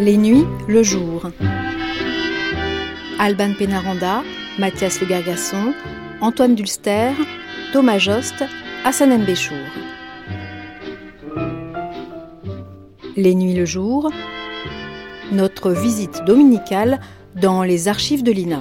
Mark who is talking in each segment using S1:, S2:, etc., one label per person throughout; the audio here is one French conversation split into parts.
S1: Les nuits, le jour. Alban Pénaranda, Mathias Le Gargasson, Antoine Dulster, Thomas Jost, Hassan Mbéchour. Les nuits, le jour. Notre visite dominicale dans les archives de l'INA.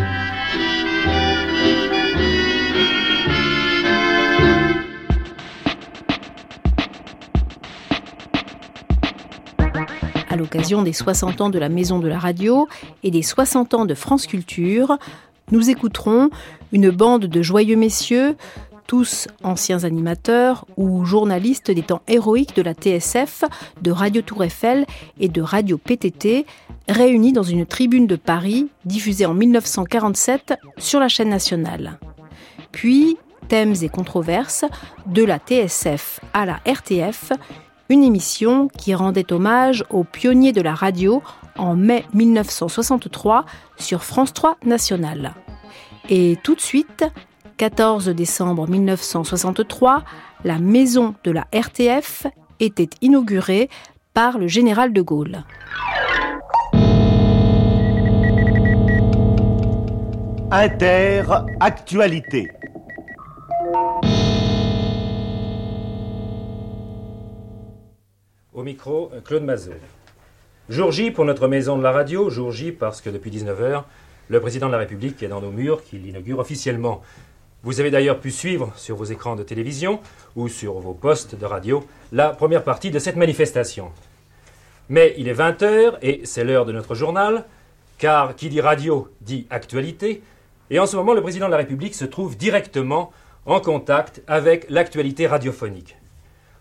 S1: À l'occasion des 60 ans de la Maison de la Radio et des 60 ans de France Culture, nous écouterons une bande de joyeux messieurs, tous anciens animateurs ou journalistes des temps héroïques de la TSF, de Radio Tour Eiffel et de Radio PTT, réunis dans une tribune de Paris, diffusée en 1947 sur la chaîne nationale. Puis, thèmes et controverses, de la TSF à la RTF, une émission qui rendait hommage aux pionniers de la radio en mai 1963 sur France 3 National. Et tout de suite, 14 décembre 1963, la maison de la RTF était inaugurée par le général de Gaulle.
S2: Inter-actualité.
S3: Au micro, Claude Mazot. Jour J pour notre maison de la radio, jour J parce que depuis 19h, le président de la République est dans nos murs qui l'inaugure officiellement. Vous avez d'ailleurs pu suivre sur vos écrans de télévision ou sur vos postes de radio la première partie de cette manifestation. Mais il est 20h et c'est l'heure de notre journal, car qui dit radio dit actualité, et en ce moment le président de la République se trouve directement en contact avec l'actualité radiophonique. Pourquoi ?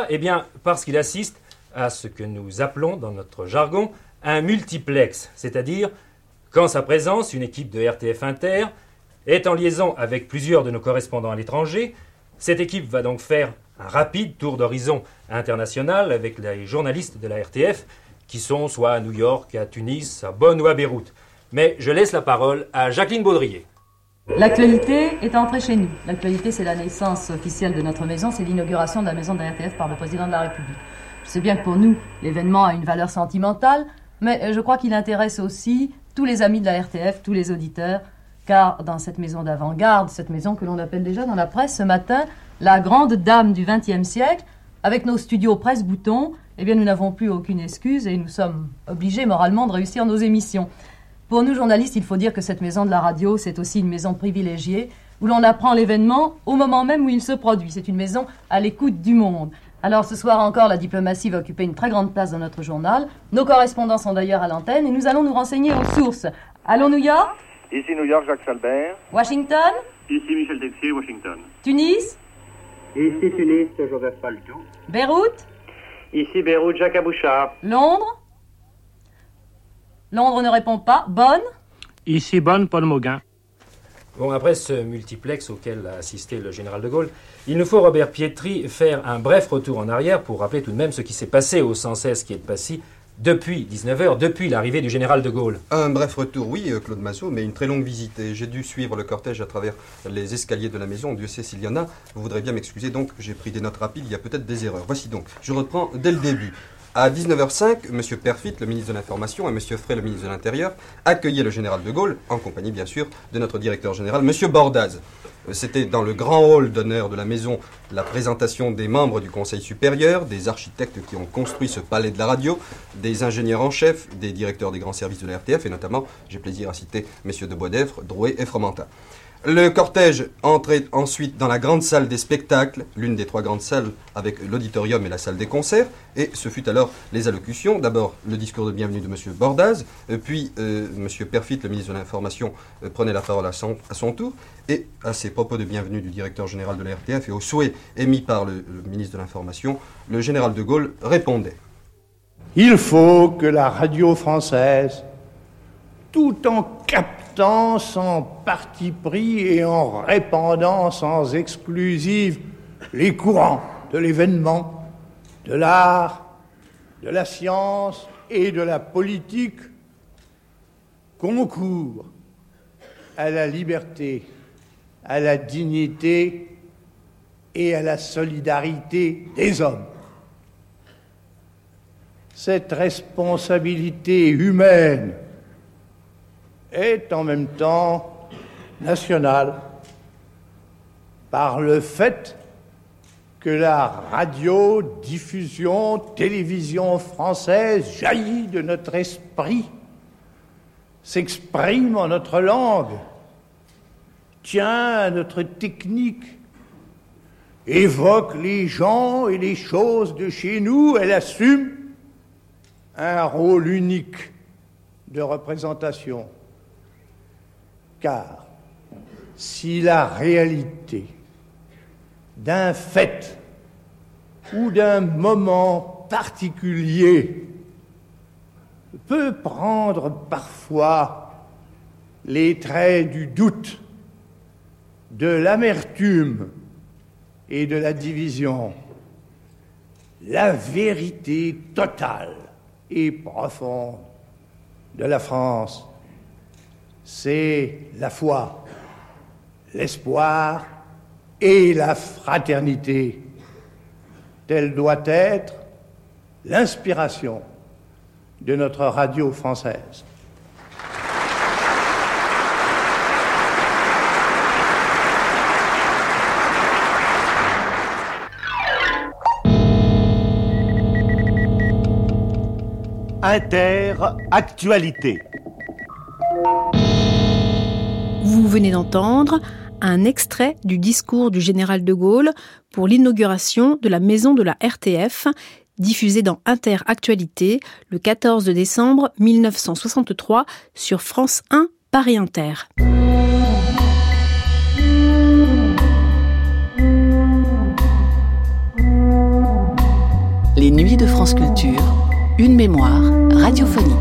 S3: Eh bien, parce qu'il assiste à ce que nous appelons, dans notre jargon, un multiplex, c'est-à-dire qu'en sa présence, une équipe de RTF Inter est en liaison avec plusieurs de nos correspondants à l'étranger. Cette équipe va donc faire un rapide tour d'horizon international avec les journalistes de la RTF qui sont soit à New York, à Tunis, à Bonn ou à Beyrouth. Mais je laisse la parole à Jacqueline Baudrier.
S4: L'actualité est entrée chez nous. L'actualité, c'est la naissance officielle de notre maison, c'est l'inauguration de la maison de la RTF par le président de la République. Je sais bien que pour nous, l'événement a une valeur sentimentale, mais je crois qu'il intéresse aussi tous les amis de la RTF, tous les auditeurs, car dans cette maison d'avant-garde, cette maison que l'on appelle déjà dans la presse ce matin, la grande dame du XXe siècle, avec nos studios presse-boutons, eh bien nous n'avons plus aucune excuse et nous sommes obligés moralement de réussir nos émissions. Pour nous, journalistes, il faut dire que cette maison de la radio, c'est aussi une maison privilégiée où l'on apprend l'événement au moment même où il se produit. C'est une maison à l'écoute du monde. Alors ce soir encore, la diplomatie va occuper une très grande place dans notre journal. Nos correspondants sont d'ailleurs à l'antenne et nous allons nous renseigner aux sources. Allons New York ?
S5: Ici New York, Jacques Salbert.
S4: Washington ?
S5: Ici Michel Texier, Washington.
S4: Tunis ?
S6: Ici Tunis, Joseph Paltou.
S4: Beyrouth ?
S6: Ici Beyrouth, Jacques Abouchard.
S4: Londres ? Londres ne répond pas. Bonn ?
S7: Ici Bonn, Paul Mauguin.
S3: Bon, après ce multiplex auquel a assisté le général de Gaulle, il nous faut, Robert Pietri, faire un bref retour en arrière pour rappeler tout de même ce qui s'est passé au 116 qui est passé depuis 19h, depuis l'arrivée du général de Gaulle.
S8: Un bref retour, oui, Claude Mazot, mais une très longue visite. Et j'ai dû suivre le cortège à travers les escaliers de la maison. Dieu sait s'il y en a. Vous voudrez bien m'excuser, donc j'ai pris des notes rapides, il y a peut-être des erreurs. Voici donc, je reprends dès le début. À 19h05, M. Perfit, le ministre de l'Information, et M. Frey, le ministre de l'Intérieur, accueillaient le général de Gaulle, en compagnie bien sûr de notre directeur général, M. Bordaz. C'était dans le grand hall d'honneur de la maison la présentation des membres du Conseil supérieur, des architectes qui ont construit ce palais de la radio, des ingénieurs en chef, des directeurs des grands services de la RTF, et notamment, j'ai plaisir à citer M. de Boisdeffre, Drouet et Fromentin. Le cortège entrait ensuite dans la grande salle des spectacles, l'une des trois grandes salles avec l'auditorium et la salle des concerts, et ce fut alors les allocutions. D'abord le discours de bienvenue de M. Bordaz, puis M. Perfit, le ministre de l'Information, prenait la parole à son tour, et à ces propos de bienvenue du directeur général de la RTF et aux souhaits émis par le ministre de l'Information, le général de Gaulle répondait.
S2: Il faut que la radio française, tout en captant sans parti pris et en répandant sans exclusive les courants de l'événement, de l'art, de la science et de la politique, concourt à la liberté, à la dignité et à la solidarité des hommes. cette responsabilité humaine est en même temps nationale par le fait que la radiodiffusion, télévision française jaillit de notre esprit, s'exprime en notre langue, tient à notre technique, évoque les gens et les choses de chez nous, elle assume un rôle unique de représentation. Car si la réalité d'un fait ou d'un moment particulier peut prendre parfois les traits du doute, de l'amertume et de la division, la vérité totale et profonde de la France, c'est la foi, l'espoir et la fraternité. Telle doit être l'inspiration de notre radio française.
S9: Inter-actualité.
S1: Vous venez d'entendre un extrait du discours du général de Gaulle pour l'inauguration de la maison de la RTF, diffusé dans Inter-actualité le 14 décembre 1963 sur France 1 Paris Inter.
S10: Les Nuits de France Culture, une mémoire radiophonique.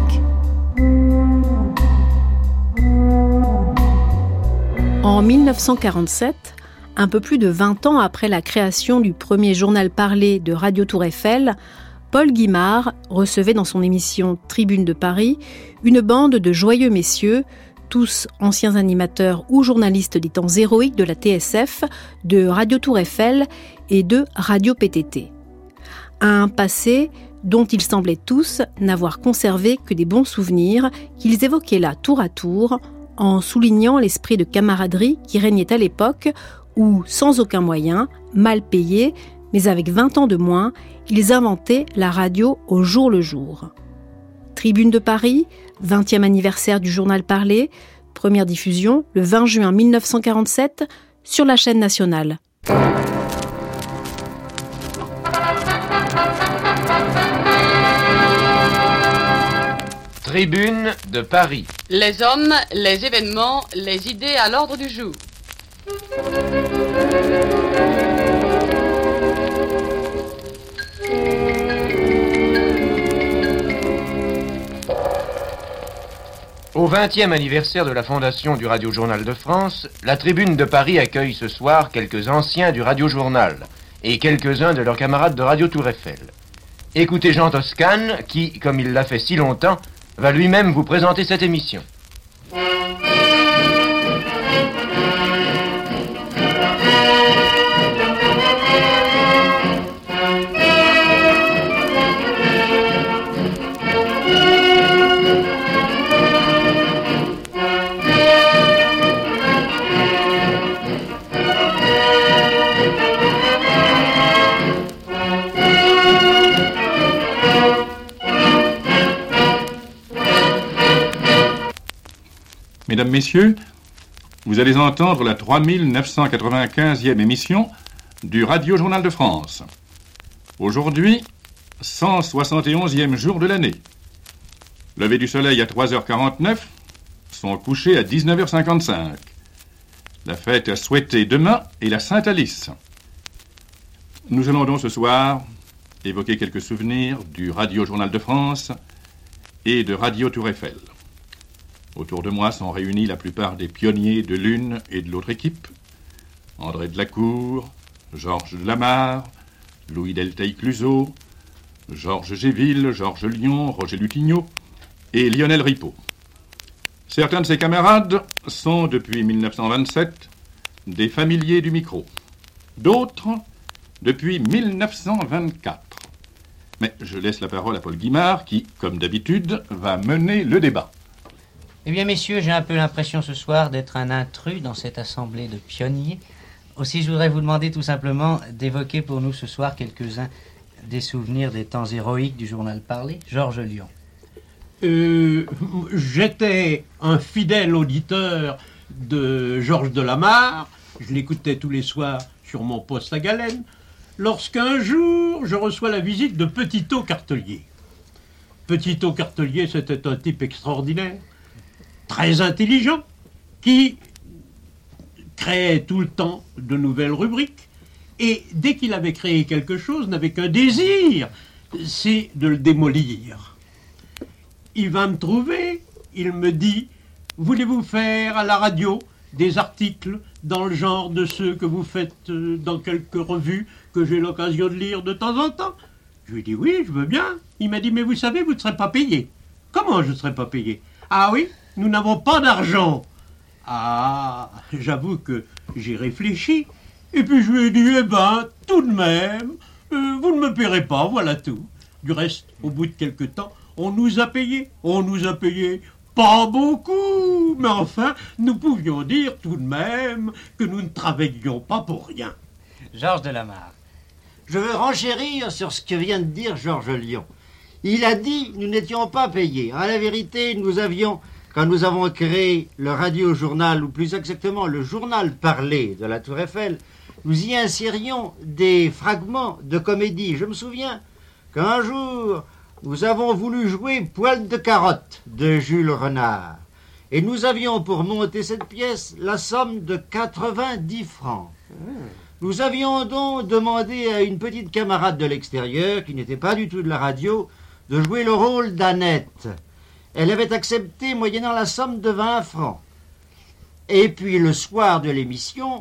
S1: En 1947, un peu plus de 20 ans après la création du premier journal parlé de Radio Tour Eiffel, Paul Guimard recevait dans son émission Tribune de Paris une bande de joyeux messieurs, tous anciens animateurs ou journalistes des temps héroïques de la TSF, de Radio Tour Eiffel et de Radio PTT. Un passé dont ils semblaient tous n'avoir conservé que des bons souvenirs qu'ils évoquaient là tour à tour, en soulignant l'esprit de camaraderie qui régnait à l'époque où, sans aucun moyen, mal payés, mais avec 20 ans de moins, ils inventaient la radio au jour le jour. Tribune de Paris, 20e anniversaire du journal parlé, première diffusion le 20 juin 1947 sur la chaîne nationale.
S11: Tribune de Paris.
S12: Les hommes, les événements, les idées à l'ordre du jour.
S11: Au 20e anniversaire de la fondation du Radio-Journal de France, la Tribune de Paris accueille ce soir quelques anciens du Radio-Journal et quelques-uns de leurs camarades de Radio Tour Eiffel. Écoutez Jean Toscane qui, comme il l'a fait si longtemps, va lui-même vous présenter cette émission.
S13: Mesdames, Messieurs, vous allez entendre la 3995e émission du Radio-Journal de France. Aujourd'hui, 171e jour de l'année. Lever du soleil à 3h49, son coucher à 19h55. La fête à souhaiter demain est la Sainte-Alice. Nous allons donc ce soir évoquer quelques souvenirs du Radio-Journal de France et de Radio Tour Eiffel. Autour de moi sont réunis la plupart des pionniers de l'une et de l'autre équipe. André Delacour, Georges Lamarre, Louis Delteil-Cluzot, Georges Géville, Georges Lyon, Roger Lutigno et Lionel Ripaud. Certains de ces camarades sont, depuis 1927, des familiers du micro. D'autres, depuis 1924. Mais je laisse la parole à Paul Guimard, qui, comme d'habitude, va mener le débat.
S9: Eh bien, messieurs, j'ai un peu l'impression ce soir d'être un intrus dans cette assemblée de pionniers. Aussi, je voudrais vous demander tout simplement d'évoquer pour nous ce soir quelques-uns des souvenirs des temps héroïques du journal parlé. Georges Lyon.
S7: J'étais un fidèle auditeur de Georges Delamarre. Je l'écoutais tous les soirs sur mon poste à Galène. Lorsqu'un jour, je reçois la visite de Petitot Cartelier. Petitot Cartelier, c'était un type extraordinaire, très intelligent, qui créait tout le temps de nouvelles rubriques. Et dès qu'il avait créé quelque chose, n'avait qu'un désir, c'est de le démolir. Il va me trouver, il me dit, voulez-vous faire à la radio des articles dans le genre de ceux que vous faites dans quelques revues que j'ai l'occasion de lire de temps en temps? Je lui ai dit oui, je veux bien. Il m'a dit, mais vous savez, vous ne serez pas payé. Comment je ne serai pas payé? Ah oui, nous n'avons pas d'argent. Ah, j'avoue que j'ai réfléchi. Et puis je lui ai dit, eh ben, tout de même, vous ne me paierez pas, voilà tout. Du reste, au bout de quelque temps, on nous a payé. On nous a payé pas beaucoup, mais enfin, nous pouvions dire tout de même que nous ne travaillions pas pour rien.
S9: Georges Delamarre.
S14: Je veux renchérir sur ce que vient de dire Georges Lyon. Il a dit nous n'étions pas payés. À la vérité, nous avions, quand nous avons créé le radio-journal, ou plus exactement le journal parlé de la Tour Eiffel, nous y insérions des fragments de comédie. Je me souviens qu'un jour, nous avons voulu jouer Poil de carotte de Jules Renard. Et nous avions pour monter cette pièce la somme de 90 francs. Nous avions donc demandé à une petite camarade de l'extérieur, qui n'était pas du tout de la radio, de jouer le rôle d'Annette. Elle avait accepté moyennant la somme de 20 francs. Et puis le soir de l'émission,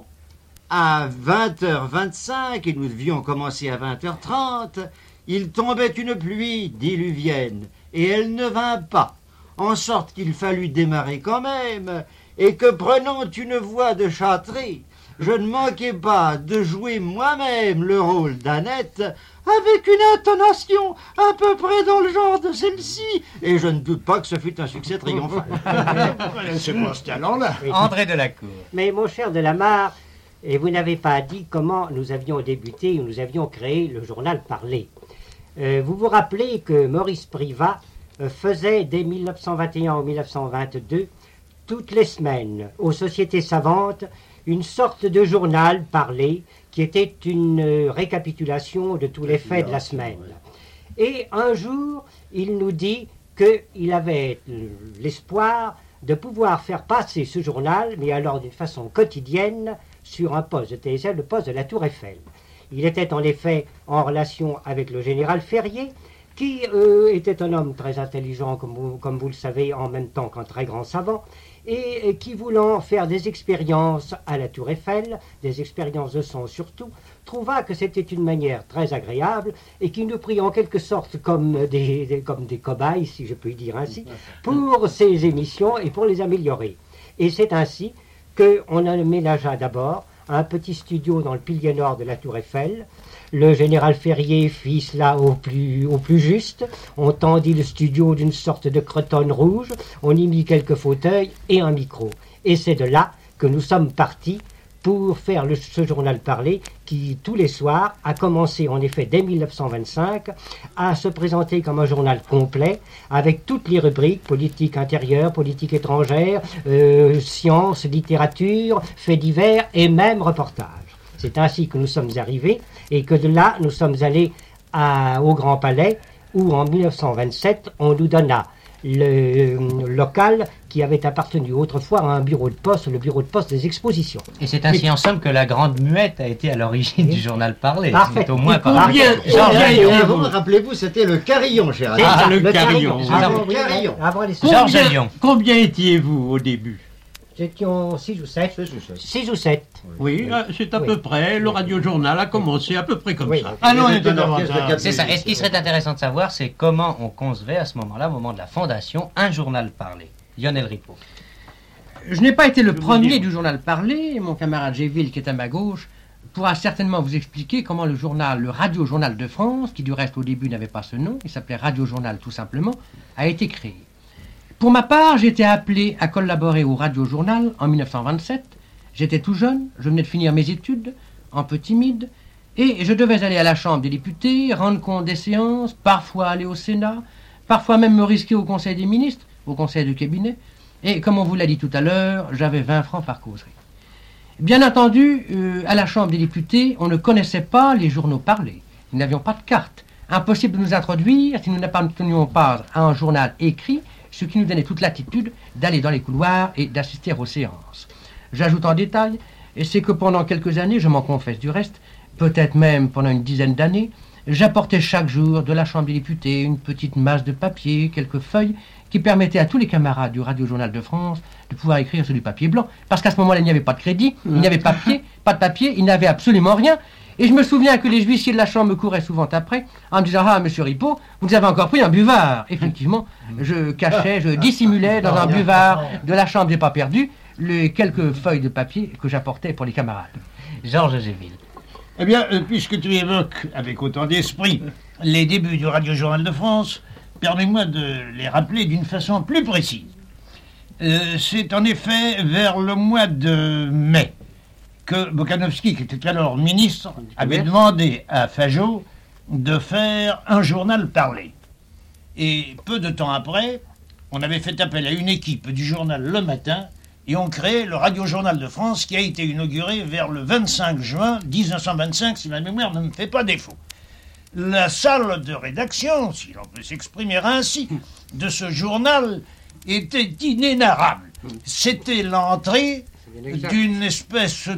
S14: à 20h25, et nous devions commencer à 20h30, il tombait une pluie diluvienne, et elle ne vint pas, en sorte qu'il fallut démarrer quand même, et que prenant une voix de châtré, je ne manquais pas de jouer moi-même le rôle d'Annette avec une intonation à peu près dans le genre de celle-ci. Et je ne doute pas que ce fut un succès triomphal.
S2: C'est quoi ce talent-là?
S9: André Delacour.
S15: Mais mon cher Delamarre, et vous n'avez pas dit comment nous avions débuté ou nous avions créé le journal parlé. Vous vous rappelez que Maurice Privat faisait dès 1921 ou 1922, toutes les semaines, aux Sociétés Savantes, une sorte de journal parlé qui était une récapitulation de tous les faits de la semaine. Et un jour, il nous dit qu'il avait l'espoir de pouvoir faire passer ce journal, mais alors d'une façon quotidienne, sur un poste de TSL, le poste de la Tour Eiffel. Il était en effet en relation avec le général Ferrier, qui était un homme très intelligent, comme vous le savez, en même temps qu'un très grand savant, et qui, voulant faire des expériences à la Tour Eiffel, des expériences de son surtout, trouva que c'était une manière très agréable et qui nous prit en quelque sorte comme des cobayes, si je puis dire ainsi, pour ces émissions et pour les améliorer. Et c'est ainsi qu'on aménagea d'abord un petit studio dans le pilier nord de la Tour Eiffel. Le général Ferrier fit cela au plus juste. On tendit le studio d'une sorte de cretonne rouge, on y mit quelques fauteuils et un micro. Et c'est de là que nous sommes partis pour faire ce journal parlé qui, tous les soirs, a commencé en effet dès 1925 à se présenter comme un journal complet avec toutes les rubriques, politique intérieure, politique étrangère, sciences, littérature, faits divers et même reportages. C'est ainsi que nous sommes arrivés et que de là, nous sommes allés au Grand Palais où en 1927, on nous donna le local qui avait appartenu autrefois à un bureau de poste, le bureau de poste des expositions.
S9: Et c'est ainsi en somme que la Grande Muette a été à l'origine du journal parlé.
S14: Parfait.
S9: Au moins
S14: par rappelez-vous, c'était le carillon, cher ami.
S7: Ah, le carillon.
S9: Georges Lyon.
S7: Combien étiez-vous au début?
S15: Nous étions 6 ou 7. 6 ou 7.
S7: Oui, c'est à peu près. Le radio-journal a commencé à peu près comme ça.
S9: Ah non, c'est ça. Et ce qui serait intéressant de savoir, c'est comment on concevait à ce moment-là, au moment de la fondation, un journal parlé. Lionel Ripaud.
S16: Je n'ai pas été le premier du journal parlé. Mon camarade Géville, qui est à ma gauche, pourra certainement vous expliquer comment le Radio-Journal de France, qui du reste au début n'avait pas ce nom, il s'appelait Radio-Journal tout simplement, a été créé. Pour ma part, j'ai été appelé à collaborer au Radio-Journal en 1927. J'étais tout jeune, je venais de finir mes études, un peu timide, et je devais aller à la Chambre des députés, rendre compte des séances, parfois aller au Sénat, parfois même me risquer au Conseil des ministres, au Conseil de cabinet, et comme on vous l'a dit tout à l'heure, j'avais 20 francs par causerie. Bien entendu, à la Chambre des députés, on ne connaissait pas les journaux parlés. Nous n'avions pas de carte. Impossible de nous introduire si nous n'appartenions pas à un journal écrit, ce qui nous donnait toute latitude d'aller dans les couloirs et d'assister aux séances. J'ajoute en détail, et c'est que pendant quelques années, je m'en confesse du reste, peut-être même pendant une dizaine d'années, j'apportais chaque jour de la Chambre des députés une petite masse de papier, quelques feuilles, qui permettaient à tous les camarades du Radio-Journal de France de pouvoir écrire sur du papier blanc. Parce qu'à ce moment-là, il n'y avait pas de crédit, il n'y avait pas de papier, il n'y avait absolument rien. Et je me souviens que les huissiers de la Chambre me couraient souvent après, en me disant « Ah, monsieur Ripaud, vous nous avez encore pris un buvard !» Effectivement, je dissimulais dans un buvard de la Chambre des pas perdus les quelques feuilles de papier que j'apportais pour les camarades.
S9: Georges Géville.
S17: Eh bien, puisque tu évoques avec autant d'esprit les débuts du Radio-Journal de France, permets-moi de les rappeler d'une façon plus précise. C'est en effet vers le mois de mai que Bokanovski, qui était alors ministre, avait demandé à Fajot de faire un journal parlé. Et peu de temps après, on avait fait appel à une équipe du journal Le Matin et on créait le Radio-Journal de France qui a été inauguré vers le 25 juin 1925, si ma mémoire ne me fait pas défaut. La salle de rédaction, si l'on peut s'exprimer ainsi, de ce journal était inénarrable. C'était l'entrée d'une espèce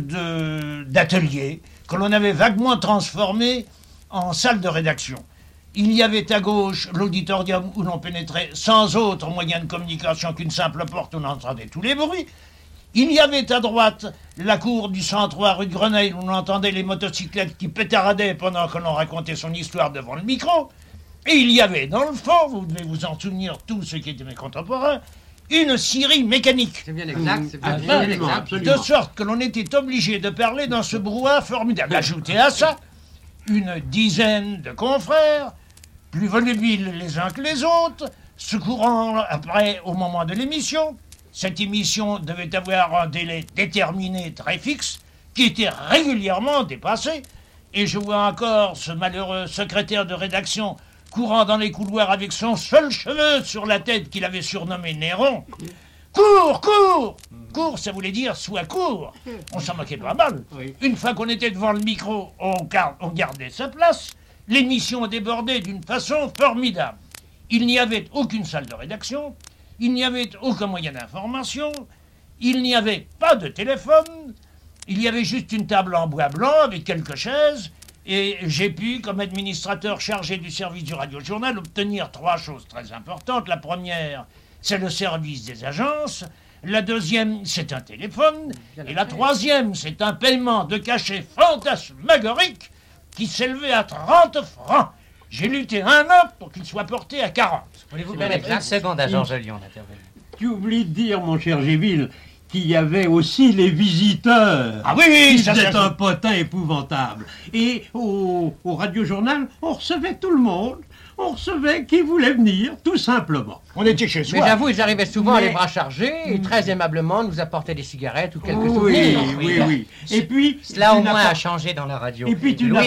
S17: d'atelier que l'on avait vaguement transformé en salle de rédaction. Il y avait à gauche l'auditorium où l'on pénétrait sans autre moyen de communication qu'une simple porte où on entendait tous les bruits. Il y avait à droite la cour du 103 rue de Grenelle où on entendait les motocyclettes qui pétaradaient pendant que l'on racontait son histoire devant le micro. Et il y avait dans le fond, vous devez vous en souvenir tous ceux qui étaient mes contemporains, une scierie mécanique.
S16: C'est bien exact, c'est bien exact.
S17: De sorte que l'on était obligé de parler dans ce brouhaha formidable. Ajoutez à ça une dizaine de confrères, plus volubiles les uns que les autres, se courant après au moment de l'émission. Cette émission devait avoir un délai déterminé très fixe, qui était régulièrement dépassé. Et je vois encore ce malheureux secrétaire de rédaction courant dans les couloirs avec son seul cheveu sur la tête qu'il avait surnommé Néron. Cours, cours! Cours, ça voulait dire sois court. On s'en moquait pas mal. Une fois qu'on était devant le micro, on gardait sa place. L'émission débordait d'une façon formidable. Il n'y avait aucune salle de rédaction, il n'y avait aucun moyen d'information, il n'y avait pas de téléphone, il y avait juste une table en bois blanc avec quelques chaises, et j'ai pu, comme administrateur chargé du service du Radio-Journal, obtenir 3 choses très importantes. La première, c'est le service des agences. La deuxième, c'est un téléphone. Et la troisième, c'est un paiement de cachet fantasmagorique qui s'élevait à 30 francs. J'ai lutté 1 an pour qu'il soit porté à 40.
S9: Voulez-vous permettre une seconde à Georges Lyon d'intervenir?
S7: Tu oublies de dire, mon cher Géville, qu'il y avait aussi les visiteurs.
S17: Ah oui, ça
S7: c'est un potin épouvantable. Et au Radio-Journal, on recevait tout le monde. On recevait qui voulait venir, tout simplement.
S17: On était chez soi.
S16: Mais j'avoue, ils arrivaient souvent les bras chargés et très aimablement nous apportaient des cigarettes ou quelques souvenirs.
S7: Oui. Et puis...
S9: Cela au moins a changé dans la radio.
S7: Et puis tu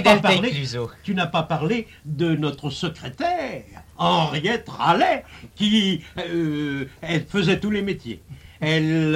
S7: n'as pas parlé de notre secrétaire, Henriette Rallet, qui elle faisait tous les métiers. Elle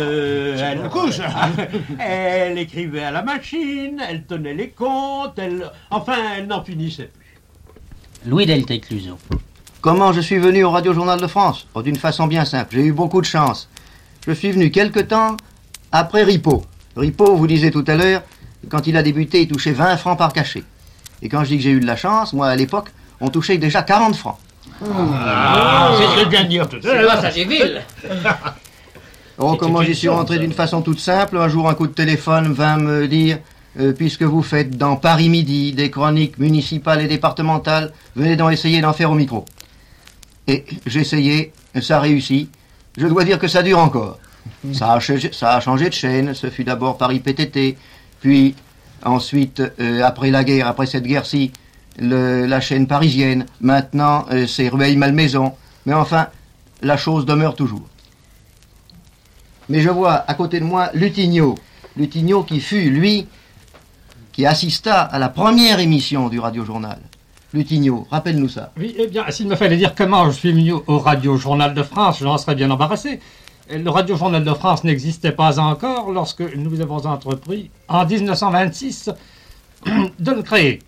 S7: écrivait à la machine, elle tenait les comptes, elle n'en finissait plus.
S9: Louis Deltecluso.
S18: Comment je suis venu au Radio-Journal de France? D'une façon bien simple, j'ai eu beaucoup de chance. Je suis venu quelque temps après Ripaud. Ripaud, vous disiez tout à l'heure, quand il a débuté, il touchait 20 francs par cachet. Et quand je dis que j'ai eu de la chance, moi à l'époque, on touchait déjà 40 francs.
S17: C'est bien dire tout
S16: à l'heure. Ça, Géville.
S18: Oh, comment j'y suis rentré d'une façon toute simple. Un jour, un coup de téléphone vint me dire puisque vous faites dans Paris Midi des chroniques municipales et départementales, venez donc essayer d'en faire au micro. Et j'ai essayé, ça réussit. Je dois dire que ça dure encore. Ça a changé de chaîne. Ce fut d'abord Paris PTT, puis Ensuite, après la guerre, après cette guerre-ci, la chaîne parisienne. Maintenant, c'est Rueil-Malmaison. Mais enfin, la chose demeure toujours. Mais je vois à côté de moi Lutigno qui fut, lui, qui assista à la première émission du Radio-Journal. Lutigno, rappelle-nous ça.
S19: Oui, eh bien, s'il me fallait dire comment je suis venu au Radio-Journal de France, j'en serais bien embarrassé. Le Radio-Journal de France n'existait pas encore lorsque nous avons entrepris, en 1926, de le créer.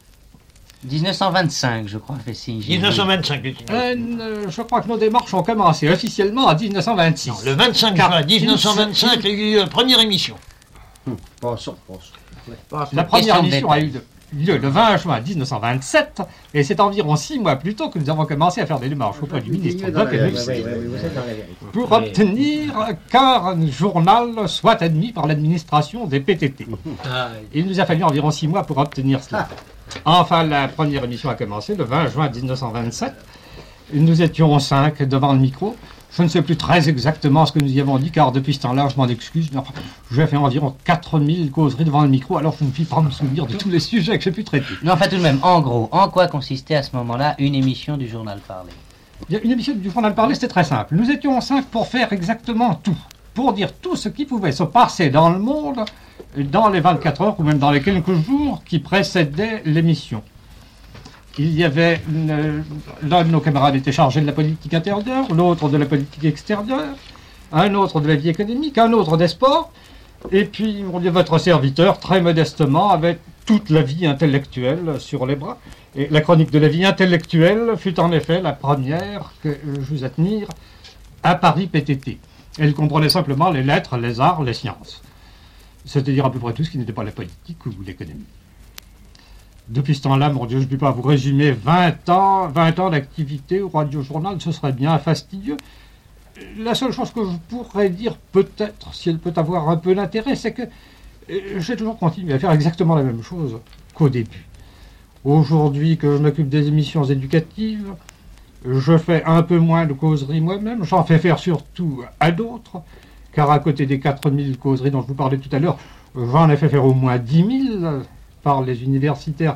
S9: 1925, je crois, fait signe.
S17: 1925,
S19: je crois que nos démarches ont commencé officiellement en 1926.
S17: Non, le 25 juin 1925, il y a eu la première émission.
S14: Passons.
S19: La première émission a eu lieu le 20 juin 1927, et c'est environ 6 mois plus tôt que nous avons commencé à faire des démarches auprès du ministre pour obtenir qu'un journal soit admis par l'administration des PTT. Il nous a fallu environ 6 mois pour obtenir cela. Enfin, la première émission a commencé le 20 juin 1927. Nous étions 5 devant le micro. Je ne sais plus très exactement ce que nous y avons dit, car depuis ce temps-là, je m'en excuse, mais enfin, j'ai fait environ 4000 causeries devant le micro, alors je ne puis pas me souvenir de tous les sujets que j'ai pu traiter.
S9: Mais enfin, tout de même, en gros, en quoi consistait à ce moment-là une émission du journal parlé?
S19: Une émission du journal parlé, c'était très simple. Nous étions 5 pour faire exactement tout, pour dire tout ce qui pouvait se passer dans le monde dans les 24 heures ou même dans les quelques jours qui précédaient l'émission. Il y avait l'un de nos camarades était chargé de la politique intérieure, l'autre de la politique extérieure, un autre de la vie économique, un autre des sports, et puis votre serviteur, très modestement, avait toute la vie intellectuelle sur les bras. Et la chronique de la vie intellectuelle fut en effet la première que j'eus à tenir à Paris PTT. Elle comprenait simplement les lettres, les arts, les sciences. C'est-à-dire à peu près tout ce qui n'était pas la politique ou l'économie. Depuis ce temps-là, mon Dieu, je ne peux pas vous résumer 20 ans d'activité au Radio-Journal, ce serait bien fastidieux. La seule chose que je pourrais dire, peut-être, si elle peut avoir un peu d'intérêt, c'est que j'ai toujours continué à faire exactement la même chose qu'au début. Aujourd'hui que je m'occupe des émissions éducatives, je fais un peu moins de causeries moi-même, j'en fais faire surtout à d'autres, car à côté des 4000 causeries dont je vous parlais tout à l'heure, j'en ai fait faire au moins 10 000 par les universitaires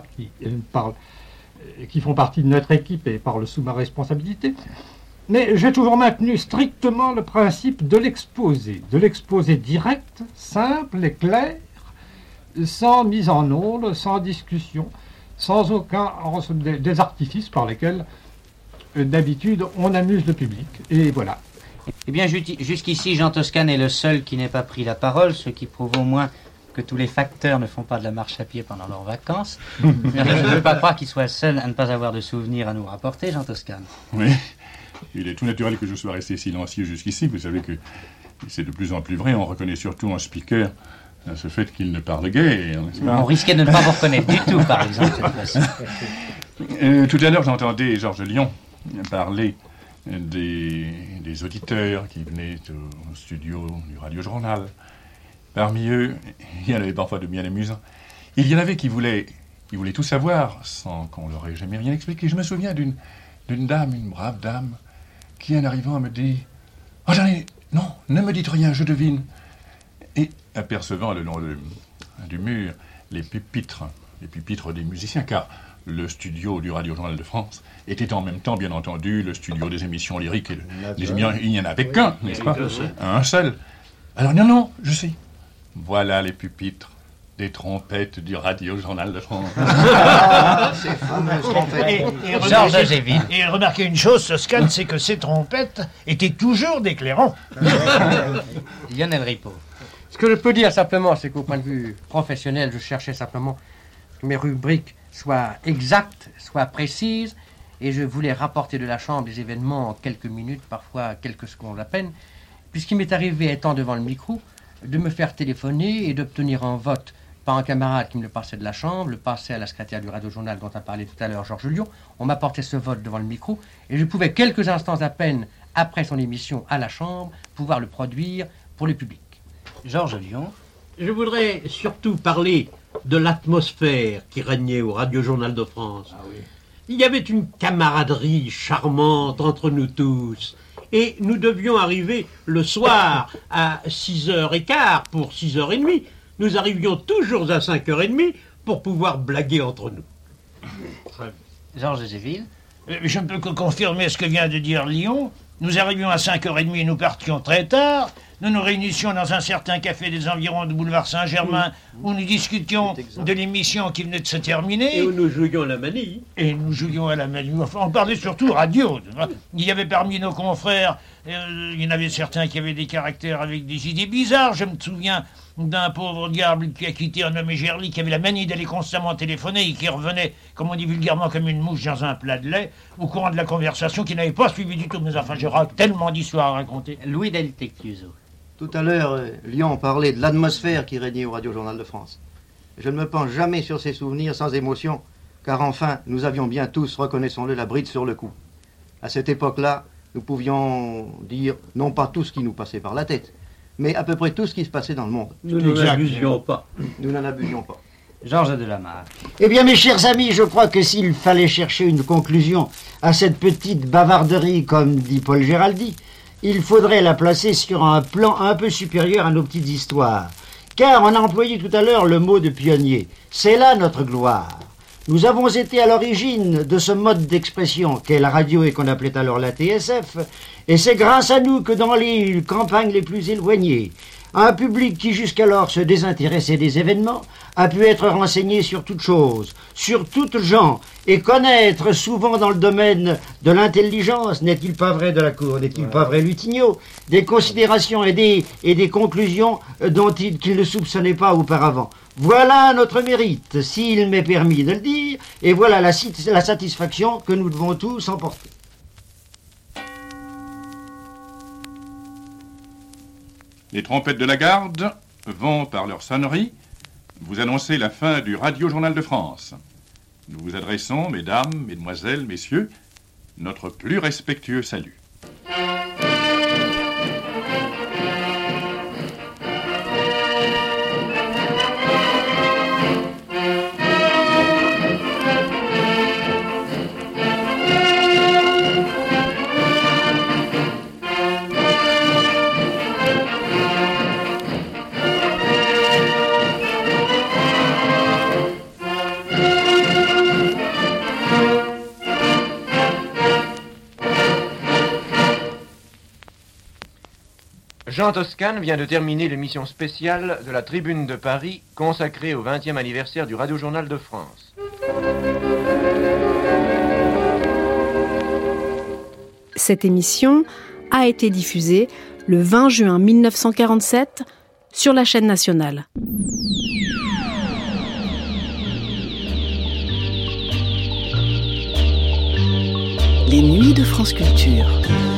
S19: qui font partie de notre équipe et parlent sous ma responsabilité. Mais j'ai toujours maintenu strictement le principe de l'exposé direct, simple et clair, sans mise en onde, sans discussion, sans aucun des artifices par lesquels, d'habitude, on amuse le public. Et voilà.
S9: Eh bien, jusqu'ici, Jean Toscane est le seul qui n'ait pas pris la parole, ce qui prouve au moins que tous les facteurs ne font pas de la marche à pied pendant leurs vacances. Mais je ne veux pas croire qu'il soit le seul à ne pas avoir de souvenirs à nous rapporter, Jean Toscane.
S13: Oui, il est tout naturel que je sois resté silencieux jusqu'ici. Vous savez que c'est de plus en plus vrai. On reconnaît surtout en speaker ce fait qu'il ne parle guère, n'est-ce pas?
S9: On risquait de ne pas vous reconnaître du tout, par exemple, cette fois-ci.
S13: Tout à l'heure, j'entendais Georges Lyon parler des auditeurs qui venaient au studio du Radio-Journal. Parmi eux, il y en avait parfois de bien amusants. Il y en avait qui voulaient tout savoir sans qu'on leur ait jamais rien expliqué. Je me souviens d'une dame, une brave dame, qui en arrivant me dit « Oh, non, ne me dites rien, je devine ». Et apercevant le long du mur les pupitres des musiciens, car le studio du Radio-Journal de France était en même temps, bien entendu, le studio des émissions lyriques. Il n'y en avait qu'un, n'est-ce pas? Un seul. Alors non, je sais. Voilà les pupitres des trompettes du Radio-Journal de France.
S17: Ces fameuses trompettes. Et remarquez une chose, Toscane, c'est que ces trompettes étaient toujours des clairons.
S9: Lionel Ripaud.
S16: Ce que je peux dire simplement, c'est qu'au point de vue professionnel, je cherchais simplement que mes rubriques soient exactes, soient précises, et je voulais rapporter de la chambre des événements en quelques minutes, parfois quelques secondes à peine, puisqu'il m'est arrivé, étant devant le micro, de me faire téléphoner et d'obtenir un vote par un camarade qui me le passait de la chambre, le passait à la secrétaire du Radio-Journal dont a parlé tout à l'heure Georges Lyon. On m'apportait ce vote devant le micro et je pouvais, quelques instants à peine après son émission à la chambre, pouvoir le produire pour le public.
S9: Georges Lyon.
S7: Je voudrais surtout parler de l'atmosphère qui régnait au Radio-Journal de France. Ah oui. Il y avait une camaraderie charmante entre nous tous. Et nous devions arriver le soir à 6h15 pour 6h30. nous arrivions toujours à 5h30 pour pouvoir blaguer entre nous.
S9: Georges Géville.
S17: Je ne peux que confirmer ce que vient de dire Lyon. Nous arrivions à 5h30 et nous partions très tard. Nous nous réunissions dans un certain café des environs du boulevard Saint-Germain où nous discutions de l'émission qui venait de se terminer.
S7: Et où nous jouions à la manille.
S17: Et nous jouions à la manille. Enfin, on parlait surtout radio. Il y avait parmi nos confrères, il y en avait certains qui avaient des caractères avec des idées bizarres. Je me souviens d'un pauvre diable qui a quitté un nommé Gerly, qui avait la manie d'aller constamment téléphoner et qui revenait, comme on dit vulgairement, comme une mouche dans un plat de lait, au courant de la conversation, qui n'avait pas suivi du tout. Mais enfin, j'aurai tellement d'histoires à raconter.
S9: Louis Del Tectuso.
S18: Tout à l'heure, Lyon parlait de l'atmosphère qui régnait au Radio Journal de France. Je ne me penche jamais sur ces souvenirs sans émotion, car enfin, nous avions bien tous, reconnaissons-le, la bride sur le cou. À cette époque-là, nous pouvions dire, non pas tout ce qui nous passait par la tête, mais à peu près tout ce qui se passait dans le monde.
S7: Nous n'en abusions pas.
S18: Nous n'en abusions pas.
S9: Georges Delamarre.
S14: Eh bien, mes chers amis, je crois que s'il fallait chercher une conclusion à cette petite bavarderie, comme dit Paul Géraldi, il faudrait la placer sur un plan un peu supérieur à nos petites histoires. Car on a employé tout à l'heure le mot de pionnier. C'est là notre gloire. Nous avons été à l'origine de ce mode d'expression qu'est la radio et qu'on appelait alors la TSF, et c'est grâce à nous que dans les campagnes les plus éloignées, un public qui jusqu'alors se désintéressait des événements a pu être renseigné sur toutes choses, sur toutes gens, et connaître souvent dans le domaine de l'intelligence, n'est-il pas vrai de la Cour, n'est-il pas vrai Lutigno, des considérations et des conclusions dont qu'il ne soupçonnait pas auparavant. Voilà notre mérite, s'il m'est permis de le dire, et voilà la satisfaction que nous devons tous emporter.
S13: Les trompettes de la garde vont, par leur sonnerie, vous annoncer la fin du Radio Journal de France. Nous vous adressons, mesdames, mesdemoiselles, messieurs, notre plus respectueux salut.
S11: Jean Toscane vient de terminer l'émission spéciale de la Tribune de Paris consacrée au 20e anniversaire du Radio Journal de France.
S1: Cette émission a été diffusée le 20 juin 1947 sur la chaîne nationale.
S10: Les nuits de France Culture.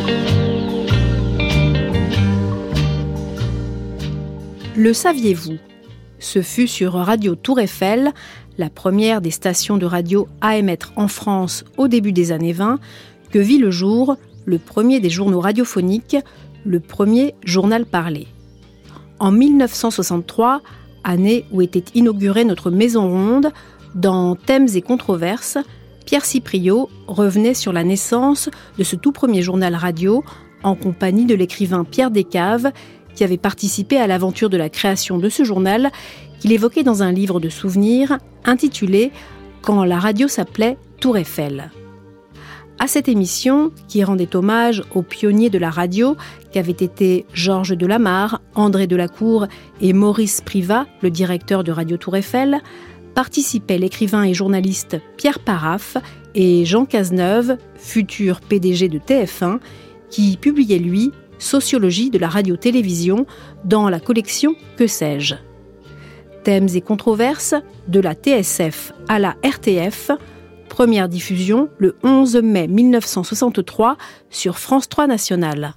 S1: Le saviez-vous ? Ce fut sur Radio Tour Eiffel, la première des stations de radio à émettre en France au début des années 20, que vit le jour le premier des journaux radiophoniques, le premier journal parlé. En 1963, année où était inaugurée notre Maison Ronde, dans Thèmes et controverses, Pierre Cipriot revenait sur la naissance de ce tout premier journal radio en compagnie de l'écrivain Pierre Descaves, qui avait participé à l'aventure de la création de ce journal, qu'il évoquait dans un livre de souvenirs intitulé « Quand la radio s'appelait Tour Eiffel ». À cette émission, qui rendait hommage aux pionniers de la radio, qu'avaient été Georges Delamarre, André Delacour et Maurice Privat, le directeur de Radio Tour Eiffel, participaient l'écrivain et journaliste Pierre Paraf et Jean Cazeneuve, futur PDG de TF1, qui publiait, lui, Sociologie de la radio-télévision dans la collection Que sais-je ? Thèmes et controverses, de la TSF à la RTF, première diffusion le 11 mai 1963 sur France 3 National.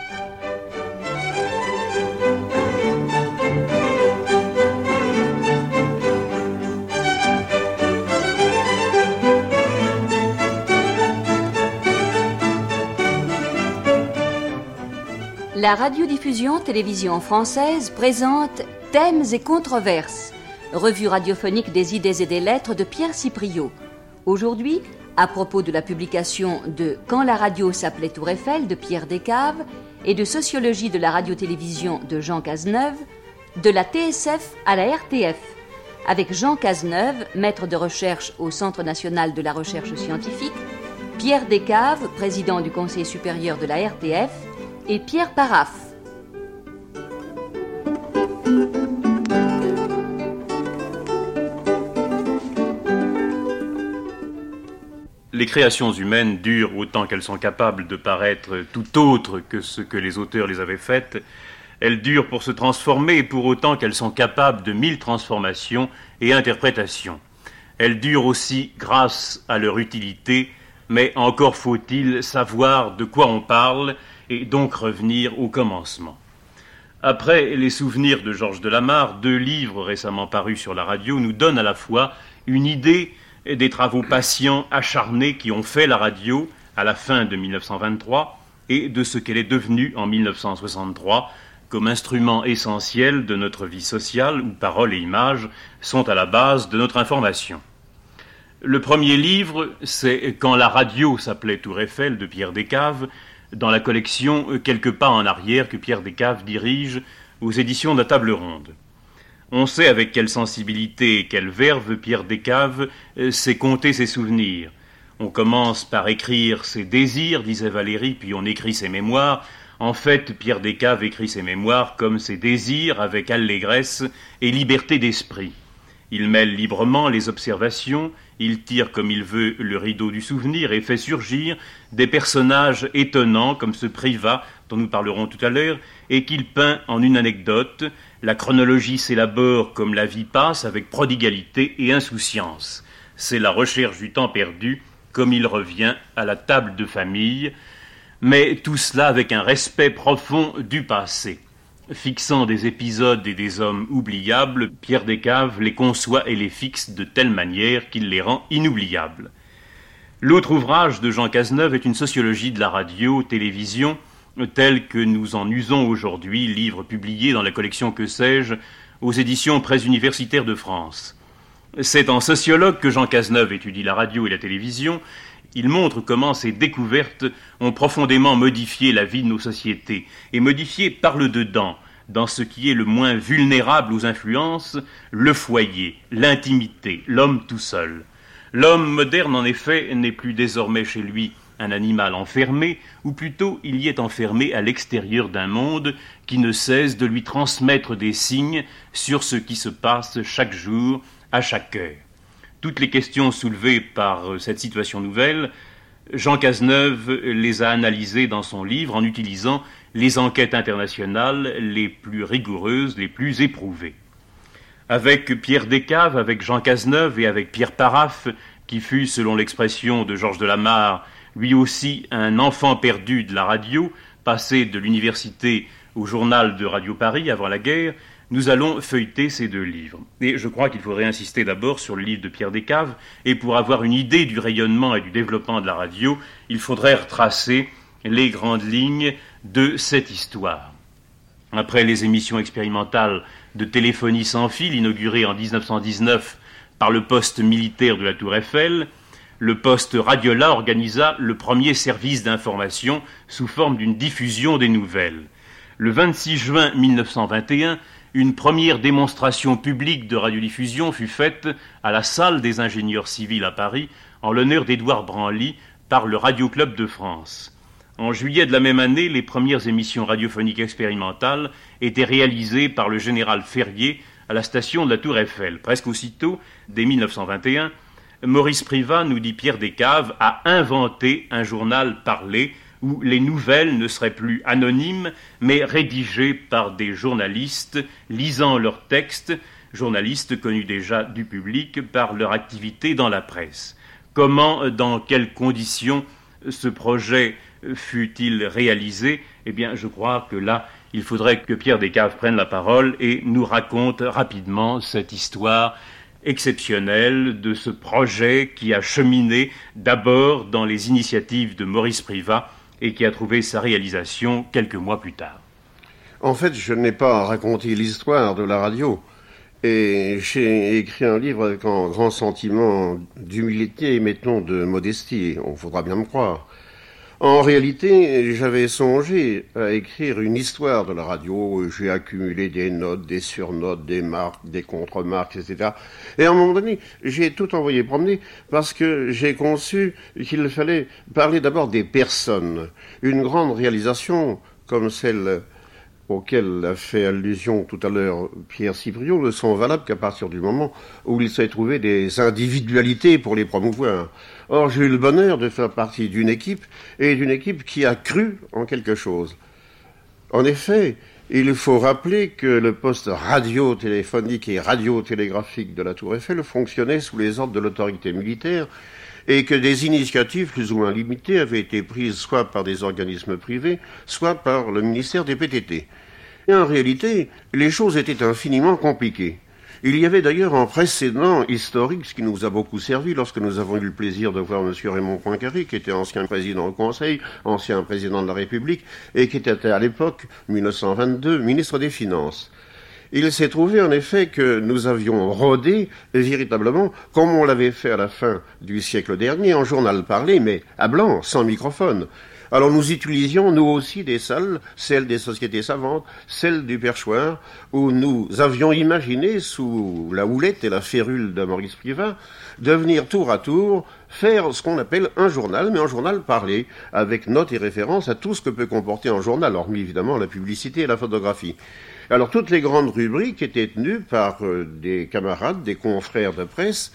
S20: La radiodiffusion télévision française présente Thèmes et controverses, revue radiophonique des idées et des lettres de Pierre Cipriot. Aujourd'hui, à propos de la publication de Quand la radio s'appelait Tour Eiffel de Pierre Descaves et de Sociologie de la radio-télévision de Jean Cazeneuve, de la TSF à la RTF, avec Jean Cazeneuve, maître de recherche au Centre national de la recherche scientifique, Pierre Descaves, président du Conseil supérieur de la RTF, et Pierre Paraf.
S21: Les créations humaines durent autant qu'elles sont capables de paraître tout autres que ce que les auteurs les avaient faites. Elles durent pour se transformer pour autant qu'elles sont capables de 1000 transformations et interprétations. Elles durent aussi grâce à leur utilité, mais encore faut-il savoir de quoi on parle et donc revenir au commencement. Après les souvenirs de Georges de la Mare, 2 livres récemment parus sur la radio nous donnent à la fois une idée des travaux patients, acharnés qui ont fait la radio à la fin de 1923 et de ce qu'elle est devenue en 1963 comme instrument essentiel de notre vie sociale où paroles et images sont à la base de notre information. Le premier livre, c'est « Quand la radio s'appelait Tour Eiffel » de Pierre Descaves, dans la collection « Quelques pas en arrière » que Pierre Descaves dirige aux éditions de la Table Ronde. On sait avec quelle sensibilité et quelle verve Pierre Descaves sait compter ses souvenirs. On commence par écrire ses désirs, disait Valérie, puis on écrit ses mémoires. En fait, Pierre Descaves écrit ses mémoires comme ses désirs, avec allégresse et liberté d'esprit. Il mêle librement les observations, il tire comme il veut le rideau du souvenir et fait surgir des personnages étonnants comme ce Privat, dont nous parlerons tout à l'heure, et qu'il peint en une anecdote. La chronologie s'élabore comme la vie passe, avec prodigalité et insouciance. C'est la recherche du temps perdu, comme il revient à la table de famille, mais tout cela avec un respect profond du passé. Fixant des épisodes et des hommes oubliables, Pierre Descaves les conçoit et les fixe de telle manière qu'il les rend inoubliables. L'autre ouvrage de Jean Cazeneuve est une sociologie de la radio-télévision, telle que nous en usons aujourd'hui, livre publié dans la collection Que sais-je, aux éditions Presse-Universitaire de France. C'est en sociologue que Jean Cazeneuve étudie la radio et la télévision. Il montre comment ces découvertes ont profondément modifié la vie de nos sociétés, et modifié par le dedans, dans ce qui est le moins vulnérable aux influences, le foyer, l'intimité, l'homme tout seul. L'homme moderne, en effet, n'est plus désormais chez lui un animal enfermé, ou plutôt il y est enfermé à l'extérieur d'un monde qui ne cesse de lui transmettre des signes sur ce qui se passe chaque jour, à chaque heure. Toutes les questions soulevées par cette situation nouvelle, Jean Cazeneuve les a analysées dans son livre en utilisant les enquêtes internationales les plus rigoureuses, les plus éprouvées. Avec Pierre Descaves, avec Jean Cazeneuve et avec Pierre Paraf, qui fut, selon l'expression de Georges de la Mare, lui aussi un enfant perdu de la radio, passé de l'université au journal de Radio Paris avant la guerre, nous allons feuilleter ces 2 livres. Et je crois qu'il faudrait insister d'abord sur le livre de Pierre Descaves, et pour avoir une idée du rayonnement et du développement de la radio, il faudrait retracer les grandes lignes de cette histoire. Après les émissions expérimentales de téléphonie sans fil inaugurées en 1919 par le poste militaire de la Tour Eiffel, le poste Radiola organisa le premier service d'information sous forme d'une diffusion des nouvelles. Le 26 juin 1921, une première démonstration publique de radiodiffusion fut faite à la salle des ingénieurs civils à Paris en l'honneur d'Édouard Branly par le Radio Club de France. En juillet de la même année, les premières émissions radiophoniques expérimentales étaient réalisées par le général Ferrier à la station de la Tour Eiffel. Presque aussitôt, dès 1921, Maurice Privat, nous dit Pierre Descaves, a inventé un journal parlé où les nouvelles ne seraient plus anonymes, mais rédigées par des journalistes lisant leurs textes, journalistes connus déjà du public par leur activité dans la presse. Comment, dans quelles conditions ce projet fut-il réalisé? Eh bien, je crois que là, il faudrait que Pierre Descaves prenne la parole et nous raconte rapidement cette histoire exceptionnelle de ce projet qui a cheminé d'abord dans les initiatives de Maurice Privat et qui a trouvé sa réalisation quelques mois plus tard.
S22: En fait, je n'ai pas raconté l'histoire de la radio, et j'ai écrit un livre avec un grand sentiment d'humilité et mettons de modestie, on faudra bien me croire. En réalité, j'avais songé à écrire une histoire de la radio. J'ai accumulé des notes, des surnotes, des marques, des contre-marques, etc. Et à un moment donné, j'ai tout envoyé promener parce que j'ai conçu qu'il fallait parler d'abord des personnes. Une grande réalisation comme celle auquel a fait allusion tout à l'heure Pierre Cipriot ne sont valables qu'à partir du moment où il s'est trouvé des individualités pour les promouvoir. Or, j'ai eu le bonheur de faire partie d'une équipe, et d'une équipe qui a cru en quelque chose. En effet, il faut rappeler que le poste radio-téléphonique et radio-télégraphique de la Tour Eiffel fonctionnait sous les ordres de l'autorité militaire, et que des initiatives plus ou moins limitées avaient été prises soit par des organismes privés, soit par le ministère des PTT. Et en réalité, les choses étaient infiniment compliquées. Il y avait d'ailleurs un précédent historique, ce qui nous a beaucoup servi lorsque nous avons eu le plaisir de voir M. Raymond Poincaré, qui était ancien président du Conseil, ancien président de la République, et qui était à l'époque, 1922, ministre des Finances. Il s'est trouvé en effet que nous avions rodé véritablement, comme on l'avait fait à la fin du siècle dernier, en journal parlé, mais à blanc, sans microphone. Alors nous utilisions, nous aussi, des salles, celles des sociétés savantes, celles du perchoir, où nous avions imaginé, sous la houlette et la férule de Maurice Privat, de venir tour à tour faire ce qu'on appelle un journal, mais un journal parlé, avec notes et références à tout ce que peut comporter un journal, hormis évidemment la publicité et la photographie. Alors toutes les grandes rubriques étaient tenues par des camarades, des confrères de presse,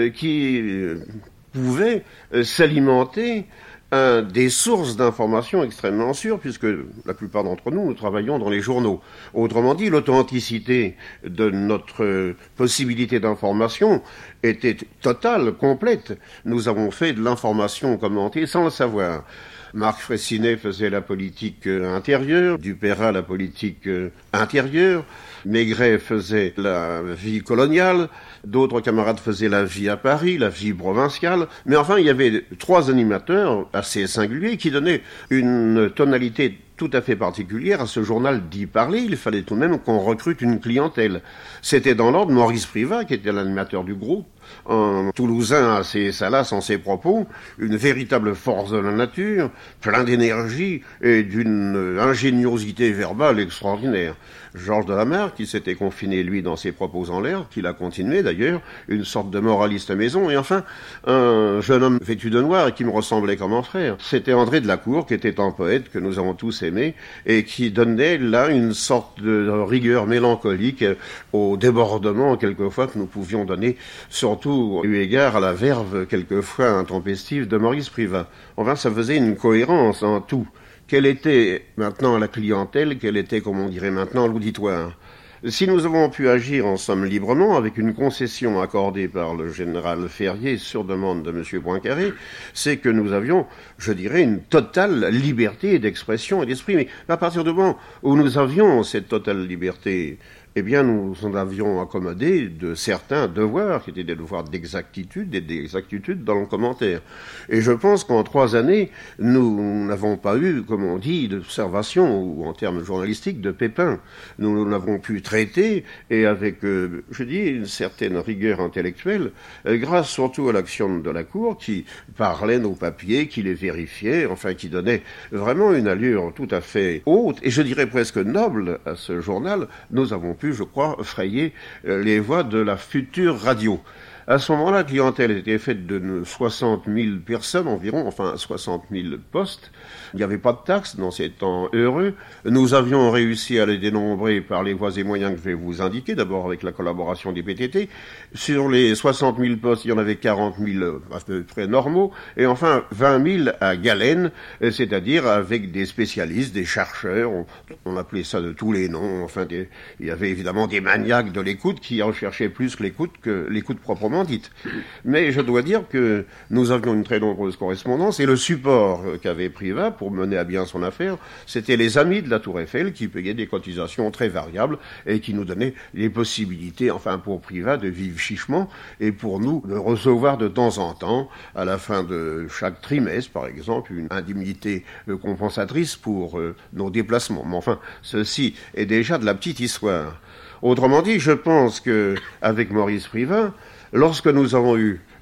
S22: qui pouvaient s'alimenter des sources d'informations extrêmement sûres, puisque la plupart d'entre nous, nous travaillons dans les journaux. Autrement dit, l'authenticité de notre possibilité d'information était totale, complète. Nous avons fait de l'information commentée sans le savoir. Marc Fraissinet faisait la politique intérieure, Dupeyrat la politique intérieure, Maigret faisait la vie coloniale, d'autres camarades faisaient la vie à Paris, la vie provinciale, mais enfin il y avait trois animateurs assez singuliers qui donnaient une tonalité tout à fait particulière à ce journal dit parler. Il fallait tout de même qu'on recrute une clientèle. C'était dans l'ordre Maurice Privat, qui était l'animateur du groupe, un Toulousain assez salace en ses propos, une véritable force de la nature, plein d'énergie et d'une ingéniosité verbale extraordinaire. Georges Delamarre, qui s'était confiné, lui, dans ses propos en l'air, qu'il a continué d'ailleurs, une sorte de moraliste à maison, et enfin, un jeune homme vêtu de noir et qui me ressemblait comme un frère. C'était André Delacour, qui était un poète que nous avons tous aimé, et qui donnait là une sorte de rigueur mélancolique au débordement, quelquefois, que nous pouvions donner, surtout eu égard à la verve, quelquefois intempestive, de Maurice Privat. Enfin, ça faisait une cohérence en tout. Quelle était maintenant la clientèle, quel était, comme on dirait maintenant, l'auditoire? Si nous avons pu agir en somme librement, avec une concession accordée par le général Ferrier sur demande de M. Poincaré, c'est que nous avions, je dirais, une totale liberté d'expression et d'esprit. Mais à partir du moment où nous avions cette totale liberté, eh bien, nous en avions accommodé de certains devoirs, qui étaient des devoirs d'exactitude et d'exactitude dans le commentaire. Et je pense qu'en 3 années, nous n'avons pas eu, comme on dit, d'observation, ou en termes journalistiques, de pépins. Nous n'avons pu traiter, et avec, je dis, une certaine rigueur intellectuelle, grâce surtout à l'action de la Cour, qui parlait nos papiers, qui les vérifiait, enfin, qui donnait vraiment une allure tout à fait haute, et je dirais presque noble à ce journal. Nous avons pu, je crois, frayer les voies de la future radio. À ce moment-là, la clientèle était faite de 60 000 personnes environ, enfin 60 000 postes. Il n'y avait pas de taxes dans ces temps heureux. Nous avions réussi à les dénombrer par les voies et moyens que je vais vous indiquer, d'abord avec la collaboration des PTT. Sur les 60 000 postes, il y en avait 40 000 à peu près normaux, et enfin 20 000 à galène, c'est-à-dire avec des spécialistes, des chercheurs, on appelait ça de tous les noms, enfin il y avait évidemment des maniaques de l'écoute qui recherchaient plus que l'écoute proprement dite. Mais je dois dire que nous avions une très nombreuse correspondance, et le support qu'avait Privat pour mener à bien son affaire, c'était les amis de la Tour Eiffel qui payaient des cotisations très variables et qui nous donnaient les possibilités, enfin pour Privat, de vivre chichement, et pour nous de recevoir de temps en temps, à la fin de chaque trimestre par exemple, une indemnité compensatrice pour nos déplacements. Mais enfin, ceci est déjà de la petite histoire. Autrement dit, je pense que avec Maurice Privat, lorsque nous avons eu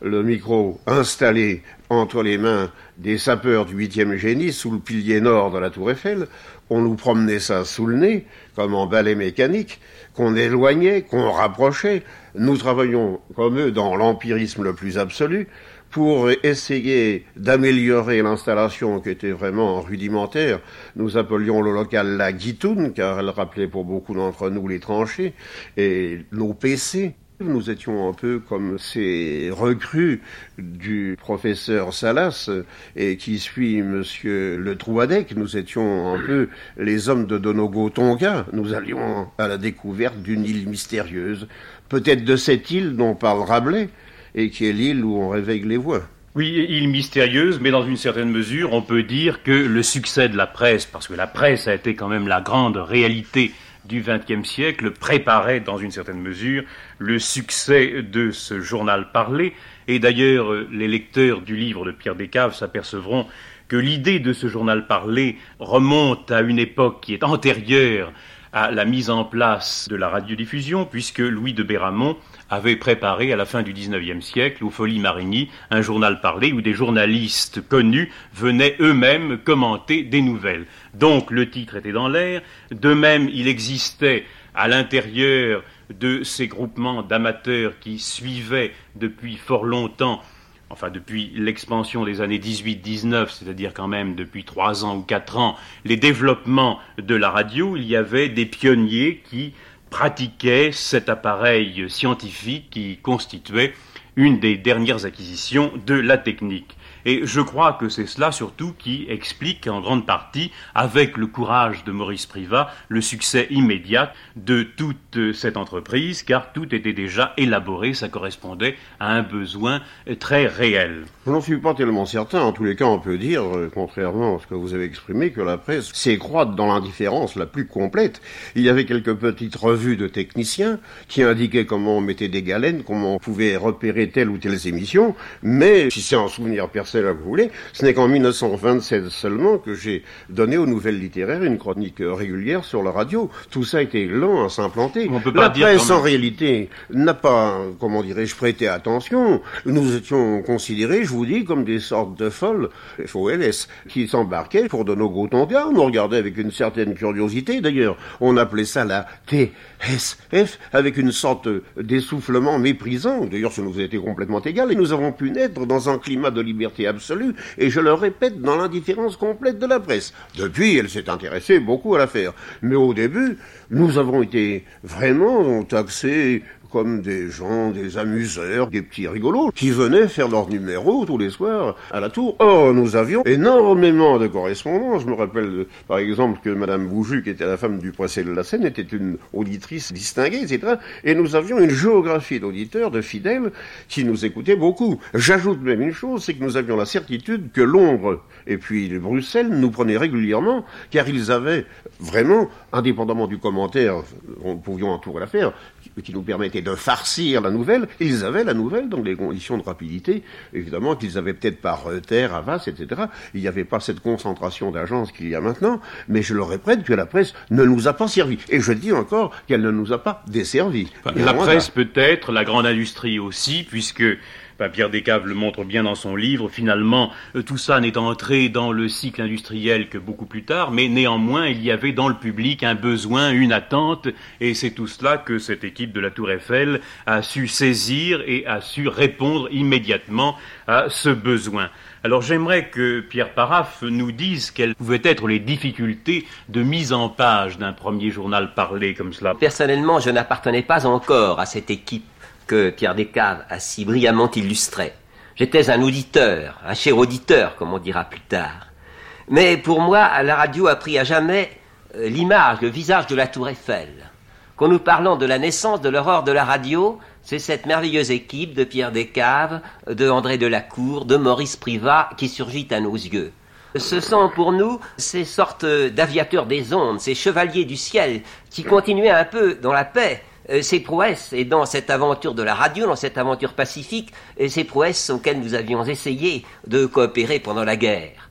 S22: le micro installé entre les mains des sapeurs du 8e génie sous le pilier nord de la Tour Eiffel. On nous promenait ça sous le nez, comme en balai mécanique, qu'on éloignait, qu'on rapprochait. Nous travaillions comme eux dans l'empirisme le plus absolu pour essayer d'améliorer l'installation qui était vraiment rudimentaire. Nous appelions le local la guitoune, car elle rappelait pour beaucoup d'entre nous les tranchées, et nos PC. Nous étions un peu comme ces recrues du professeur Salas et qui suit monsieur Le Trouadec. Nous étions un peu les hommes de Donogo Tonga. Nous allions à la découverte d'une île mystérieuse, peut-être de cette île dont parle Rabelais, et qui est l'île où on réveille les voix.
S21: Oui, île mystérieuse, mais dans une certaine mesure, on peut dire que le succès de la presse, parce que la presse a été quand même la grande réalité du XXe siècle, préparait dans une certaine mesure le succès de ce journal parlé. Et d'ailleurs, les lecteurs du livre de Pierre Descaves s'apercevront que l'idée de ce journal parlé remonte à une époque qui est antérieure à la mise en place de la radiodiffusion, puisque Louis de Béramont avait préparé à la fin du XIXe siècle, aux Folies Marigny, un journal parlé où des journalistes connus venaient eux-mêmes commenter des nouvelles. Donc le titre était dans l'air. De même, il existait à l'intérieur de ces groupements d'amateurs qui suivaient depuis fort longtemps, enfin depuis l'expansion des années 18-19, c'est-à-dire quand même depuis 3 ans ou 4 ans, les développements de la radio. Il y avait des pionniers qui pratiquaient cet appareil scientifique qui constituait une des dernières acquisitions de la technique. Et je crois que c'est cela surtout qui explique en grande partie, avec le courage de Maurice Privat, le succès immédiat de toute cette entreprise, car tout était déjà élaboré, ça correspondait à un besoin très réel.
S22: Je n'en suis pas tellement certain. En tous les cas, on peut dire, contrairement à ce que vous avez exprimé, que la presse s'écroît dans l'indifférence la plus complète. Il y avait quelques petites revues de techniciens qui indiquaient comment on mettait des galènes, comment on pouvait repérer telle ou telle émission, mais si c'est un souvenir personnel que vous voulez, ce n'est qu'en 1927 seulement que j'ai donné aux nouvelles littéraires une chronique régulière sur la radio. Tout ça était lent à s'implanter. La presse, en réalité, n'a pas, comment dirais-je, prêté attention. Nous étions considérés, je vous dis, comme des sortes de folles, FOLS, qui s'embarquaient pour de nos gros tongas. On nous regardait avec une certaine curiosité. D'ailleurs, on appelait ça la TSF, avec une sorte d'essoufflement méprisant. D'ailleurs, ça nous a été complètement égal, et nous avons pu naître dans un climat de liberté absolue, et je le répète, dans l'indifférence complète de la presse. Depuis, elle s'est intéressée beaucoup à l'affaire. Mais au début, nous avons été vraiment taxés comme des gens, des amuseurs, des petits rigolos, qui venaient faire leur numéro tous les soirs à la Tour. Or, nous avions énormément de correspondance. Je me rappelle, par exemple, que Madame Bouju, qui était la femme du Poissé de la Seine, était une auditrice distinguée, etc. Et nous avions une géographie d'auditeurs, de fidèles, qui nous écoutaient beaucoup. J'ajoute même une chose, c'est que nous avions la certitude que Londres et puis Bruxelles nous prenaient régulièrement, car ils avaient vraiment, indépendamment du commentaire, nous pouvions entourer l'affaire, qui nous permettait de farcir la nouvelle, ils avaient la nouvelle dans des conditions de rapidité, évidemment qu'ils avaient peut-être par Terre, Havas, etc. Il n'y avait pas cette concentration d'agences qu'il y a maintenant, mais je le répète que la presse ne nous a pas servi. Et je dis encore qu'elle ne nous a pas desservi.
S21: La presse peut-être, la grande industrie aussi, puisque Pierre Descaves le montre bien dans son livre, finalement, tout ça n'est entré dans le cycle industriel que beaucoup plus tard, mais néanmoins, il y avait dans le public un besoin, une attente, et c'est tout cela que cette équipe de la Tour Eiffel a su saisir et a su répondre immédiatement à ce besoin. Alors j'aimerais que Pierre Paraf nous dise quelles pouvaient être les difficultés de mise en page d'un premier journal parlé comme cela.
S5: Personnellement, je n'appartenais pas encore à cette équipe que Pierre Descaves a si brillamment illustré. J'étais un auditeur, un cher auditeur, comme on dira plus tard. Mais pour moi, la radio a pris à jamais l'image, le visage de la Tour Eiffel. Quand nous parlons de la naissance de l'aurore de la radio, c'est cette merveilleuse équipe de Pierre Descaves, de André Delacour, de Maurice Privat qui surgit à nos yeux. Ce sont pour nous ces sortes d'aviateurs des ondes, ces chevaliers du ciel qui continuaient un peu dans la paix ces prouesses, et dans cette aventure de la radio, dans cette aventure pacifique, ces prouesses auxquelles nous avions essayé de coopérer pendant la guerre.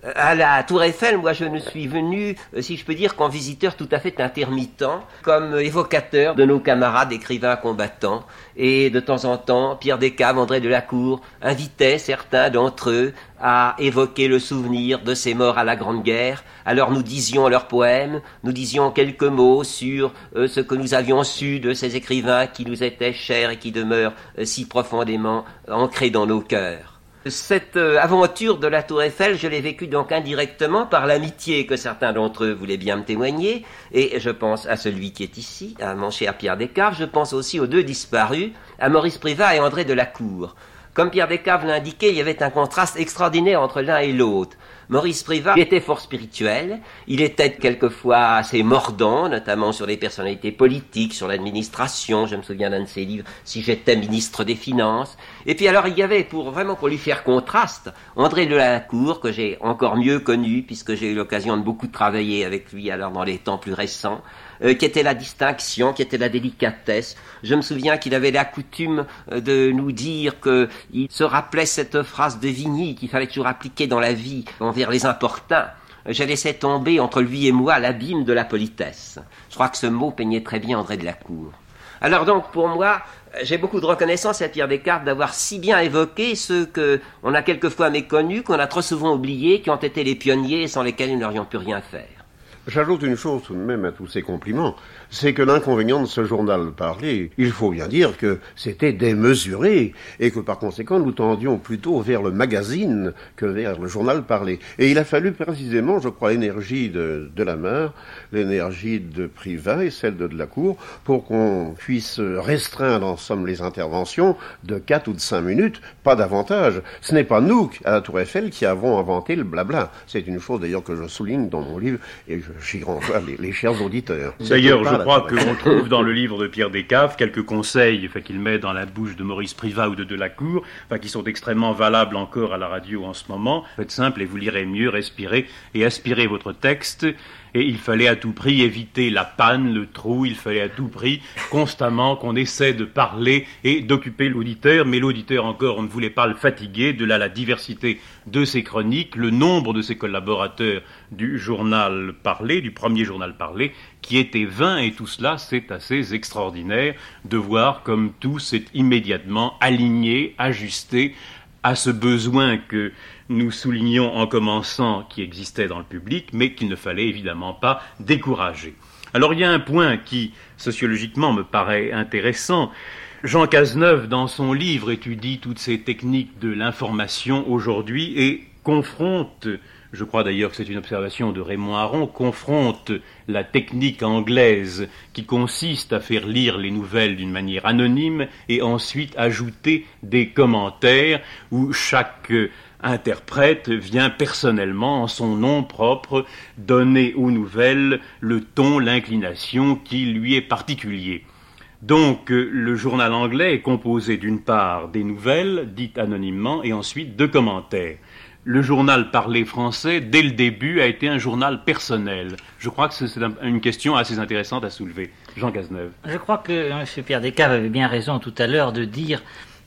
S5: À la Tour Eiffel, moi, je ne suis venu, si je peux dire, qu'en visiteur tout à fait intermittent, comme évocateur de nos camarades écrivains combattants. Et de temps en temps, Pierre Descaves, André Delacour invitaient certains d'entre eux à évoquer le souvenir de ces morts à la Grande Guerre. Alors nous disions leurs poèmes, nous disions quelques mots sur ce que nous avions su de ces écrivains qui nous étaient chers et qui demeurent si profondément ancrés dans nos cœurs. Cette aventure de la Tour Eiffel, je l'ai vécue donc indirectement par l'amitié que certains d'entre eux voulaient bien me témoigner, et je pense à celui qui est ici, à mon cher Pierre Descaves, je pense aussi aux deux disparus, à Maurice Privat et André Delacour. Comme Pierre Descaves l'a indiqué, il y avait un contraste extraordinaire entre l'un et l'autre. Maurice Privat était fort spirituel, il était quelquefois assez mordant, notamment sur les personnalités politiques, sur l'administration, je me souviens d'un de ses livres, Si j'étais ministre des Finances. Et puis alors il y avait, pour lui faire contraste, André Delacour, que j'ai encore mieux connu, puisque j'ai eu l'occasion de beaucoup travailler avec lui alors dans les temps plus récents, qui était la distinction, qui était la délicatesse. Je me souviens qu'il avait la coutume de nous dire qu'il se rappelait cette phrase de Vigny qu'il fallait toujours appliquer dans la vie envers les importuns. Je laissais tomber entre lui et moi l'abîme de la politesse. Je crois que ce mot peignait très bien André Delacour. Alors donc, pour moi, j'ai beaucoup de reconnaissance à Pierre Descaves d'avoir si bien évoqué ceux qu'on a quelquefois méconnus, qu'on a trop souvent oubliés, qui ont été les pionniers et sans lesquels nous n'aurions pu rien faire.
S22: J'ajoute une chose tout de même à tous ces compliments, c'est que l'inconvénient de ce journal parlé, il faut bien dire que c'était démesuré, et que par conséquent nous tendions plutôt vers le magazine que vers le journal parlé. Et il a fallu précisément, je crois, l'énergie de Lamarre, l'énergie de Privat et celle de Delacour, pour qu'on puisse restreindre en somme les interventions de 4 ou de 5 minutes, pas davantage. Ce n'est pas nous, à la Tour Eiffel, qui avons inventé le blabla. C'est une chose d'ailleurs que je souligne dans mon livre, et j'y renvoie les chers auditeurs.
S21: D'ailleurs, je crois qu'on trouve dans le livre de Pierre Descaves quelques conseils qu'il met dans la bouche de Maurice Privat ou de Delacour, qui sont extrêmement valables encore à la radio en ce moment. Faites simple et vous lirez mieux, respirez et aspirez votre texte. Et il fallait à tout prix éviter la panne, le trou, il fallait à tout prix constamment qu'on essaie de parler et d'occuper l'auditeur, mais l'auditeur encore, on ne voulait pas le fatiguer, de là la diversité de ses chroniques, le nombre de ses collaborateurs du journal parlé, du premier journal parlé, qui était 20, et tout cela, c'est assez extraordinaire de voir comme tout s'est immédiatement aligné, ajusté à ce besoin que nous soulignions en commençant qui existait dans le public, mais qu'il ne fallait évidemment pas décourager. Alors il y a un point qui, sociologiquement, me paraît intéressant. Jean Cazeneuve, dans son livre, étudie toutes ces techniques de l'information aujourd'hui et confronte, je crois d'ailleurs que c'est une observation de Raymond Aron, confronte la technique anglaise qui consiste à faire lire les nouvelles d'une manière anonyme et ensuite ajouter des commentaires où chaque interprète vient personnellement, en son nom propre, donner aux nouvelles le ton, l'inclination qui lui est particulier. Donc, le journal anglais est composé d'une part des nouvelles, dites anonymement, et ensuite de commentaires. Le journal parlé français, dès le début, a été un journal personnel. Je crois que c'est une question assez intéressante à soulever. Jean Cazeneuve.
S4: Je crois que M. Pierre Descaves avait bien raison tout à l'heure de dire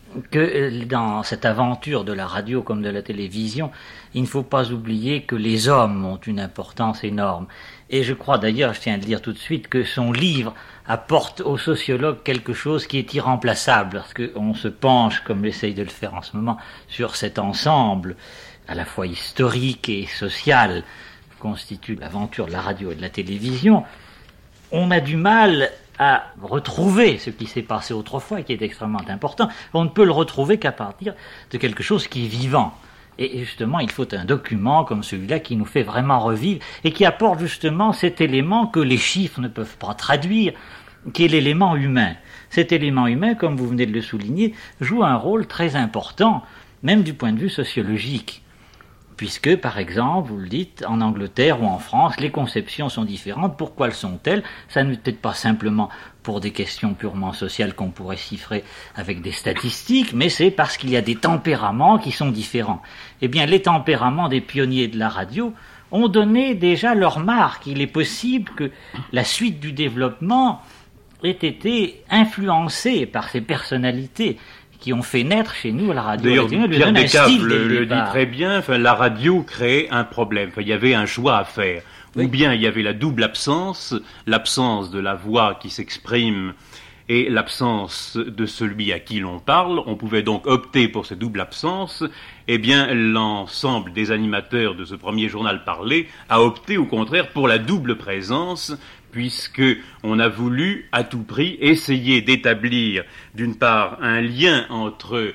S4: que dans cette aventure de la radio comme de la télévision, il ne faut pas oublier que les hommes ont une importance énorme. Et je crois d'ailleurs, je tiens à le dire tout de suite, que son livre apporte aux sociologues quelque chose qui est irremplaçable, parce qu'on se penche, comme j'essaye de le faire en ce moment, sur cet ensemble à la fois historique et social constitue l'aventure de la radio et de la télévision. On a du mal à retrouver ce qui s'est passé autrefois et qui est extrêmement important. On ne peut le retrouver qu'à partir de quelque chose qui est vivant. Et justement, il faut un document comme celui-là qui nous fait vraiment revivre et qui apporte justement cet élément que les chiffres ne peuvent pas traduire, qui est l'élément humain. Cet élément humain, comme vous venez de le souligner, joue un rôle très important, même du point de vue sociologique. Puisque, par exemple, vous le dites, en Angleterre ou en France, les conceptions sont différentes. Pourquoi le sont-elles ? Ça n'est peut-être pas simplement pour des questions purement sociales qu'on pourrait chiffrer avec des statistiques, mais c'est parce qu'il y a des tempéraments qui sont différents. Eh bien, les tempéraments des pionniers de la radio ont donné déjà leur marque. Il est possible que la suite du développement ait été influencée par ces personnalités qui ont fait naître chez nous la radio.
S21: D'ailleurs, Pierre Descaves le dit
S4: départ.
S21: très bien, la radio créait un problème. Il y avait un choix à faire. Oui. Ou bien il y avait la double absence, l'absence de la voix qui s'exprime et l'absence de celui à qui l'on parle. On pouvait donc opter pour cette double absence. Eh bien, l'ensemble des animateurs de ce premier journal parlé a opté au contraire pour la double présence, puisque on a voulu à tout prix essayer d'établir d'une part un lien entre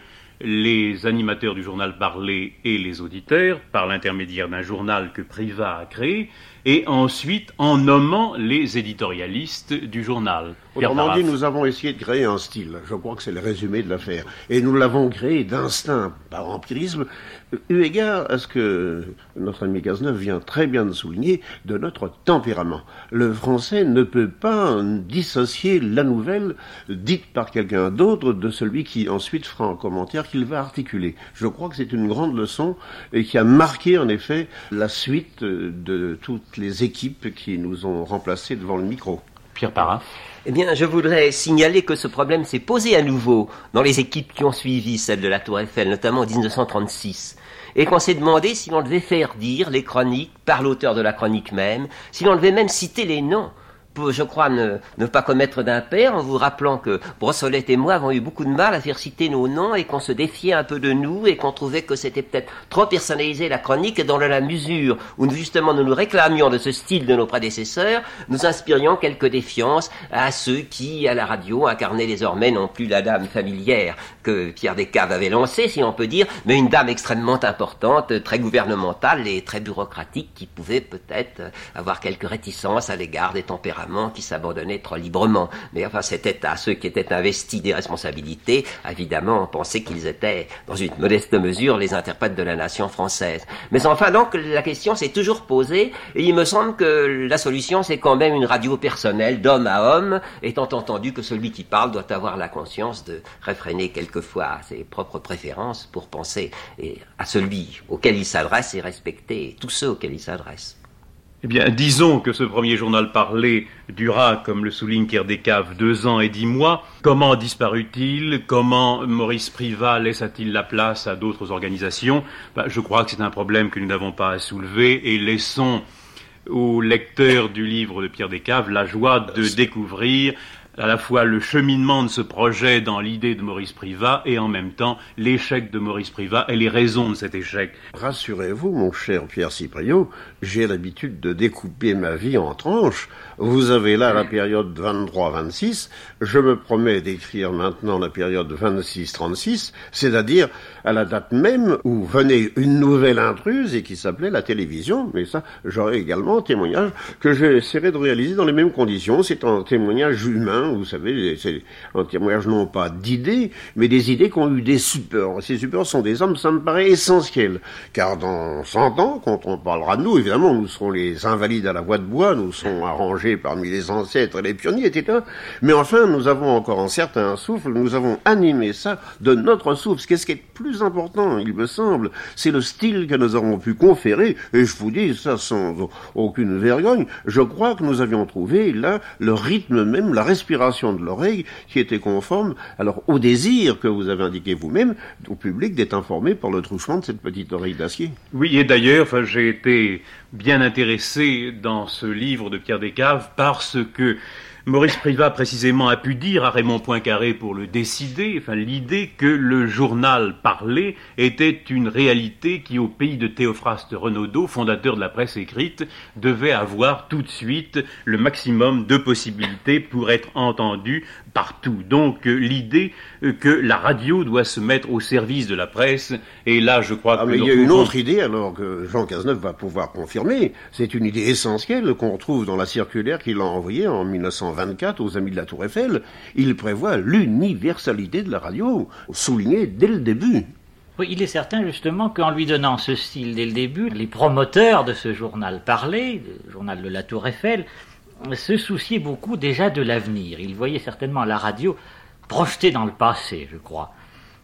S21: les animateurs du journal parlé et les auditeurs par l'intermédiaire d'un journal que Privat a créé, et ensuite en nommant les éditorialistes du journal.
S22: Autrement dit, nous avons essayé de créer un style. Je crois que c'est le résumé de l'affaire. Et nous l'avons créé d'instinct, par empirisme, eu égard à ce que notre ami Cazeneuve vient très bien de souligner, de notre tempérament. Le français ne peut pas dissocier la nouvelle dite par quelqu'un d'autre de celui qui ensuite fera un commentaire qu'il va articuler. Je crois que c'est une grande leçon et qui a marqué en effet la suite de toutes les équipes qui nous ont remplacés devant le micro.
S21: Pierre Paraf.
S5: Eh bien, je voudrais signaler que ce problème s'est posé à nouveau dans les équipes qui ont suivi celle de la Tour Eiffel, notamment en 1936. Et qu'on s'est demandé si l'on devait faire dire les chroniques par l'auteur de la chronique même, si l'on devait même citer les noms. Pour, je crois, ne pas commettre d'impair, en vous rappelant que Brossolette et moi avons eu beaucoup de mal à faire citer nos noms et qu'on se défiait un peu de nous et qu'on trouvait que c'était peut-être trop personnalisé la chronique et dans la mesure où justement nous nous réclamions de ce style de nos prédécesseurs, nous inspirions quelques défiances à ceux qui, à la radio, incarnaient désormais non plus la dame familière que Pierre Descaves avait lancée, si on peut dire, mais une dame extrêmement importante, très gouvernementale et très bureaucratique qui pouvait peut-être avoir quelques réticences à l'égard des tempéraments qui s'abandonnaient trop librement. Mais enfin, c'était à ceux qui étaient investis des responsabilités, évidemment, on pensait qu'ils étaient, dans une modeste mesure, les interprètes de la nation française. Mais enfin, donc, la question s'est toujours posée, et il me semble que la solution, c'est quand même une radio personnelle, d'homme à homme, étant entendu que celui qui parle doit avoir la conscience de réfréner quelquefois à ses propres préférences pour penser à celui auquel il s'adresse et respecter tous ceux auxquels il s'adresse.
S21: Eh bien, disons que ce premier journal parlé dura, comme le souligne Pierre Descaves, 2 ans et 10 mois. Comment disparut-il? Comment Maurice Privat laissa-t-il la place à d'autres organisations? Je crois que c'est un problème que nous n'avons pas à soulever et laissons aux lecteurs du livre de Pierre Descaves la joie de découvrir à la fois le cheminement de ce projet dans l'idée de Maurice Privat et en même temps l'échec de Maurice Privat et les raisons de cet échec.
S22: Rassurez-vous, mon cher Pierre Cipriot, j'ai l'habitude de découper ma vie en tranches. Vous avez là la période 23-26, je me promets d'écrire maintenant la période 26-36, c'est-à-dire à la date même où venait une nouvelle intruse et qui s'appelait la télévision, mais ça, j'aurai également un témoignage que j'essaierai de réaliser dans les mêmes conditions. C'est un témoignage humain, vous savez, c'est un témoignage non pas d'idées, mais des idées qui ont eu des supports. Ces supports sont des hommes, ça me paraît essentiel, car dans 100 ans, quand on parlera de nous, évidemment, nous serons les invalides à la voix de bois, nous serons arrangés parmi les ancêtres et les pionniers, etc. Mais enfin, nous avons encore un certain souffle, nous avons animé ça de notre souffle. Qu'est-ce qui est plus important, il me semble, c'est le style que nous avons pu conférer, et je vous dis ça sans aucune vergogne, je crois que nous avions trouvé là le rythme même, la respiration de l'oreille qui était conforme alors au désir que vous avez indiqué vous-même au public d'être informé par le truchement de cette petite oreille d'acier.
S21: Oui, et d'ailleurs, j'ai été bien intéressé dans ce livre de Pierre Descaves parce que Maurice Privat, précisément, a pu dire à Raymond Poincaré pour le décider, l'idée que le journal parlé était une réalité qui, au pays de Théophraste Renaudot, fondateur de la presse écrite, devait avoir tout de suite le maximum de possibilités pour être entendue partout. Donc, l'idée que la radio doit se mettre au service de la presse, et là, je crois que...
S22: mais il y a une autre idée, alors, que Jean Cazeneuve va pouvoir confirmer. C'est une idée essentielle qu'on retrouve dans la circulaire qu'il a envoyée en 1924 aux amis de la Tour Eiffel. Il prévoit l'universalité de la radio, soulignée dès le début.
S4: Oui, il est certain justement qu'en lui donnant ce style dès le début, les promoteurs de ce journal parlé, le journal de la Tour Eiffel, se souciaient beaucoup déjà de l'avenir. Ils voyaient certainement la radio projetée dans le passé, je crois.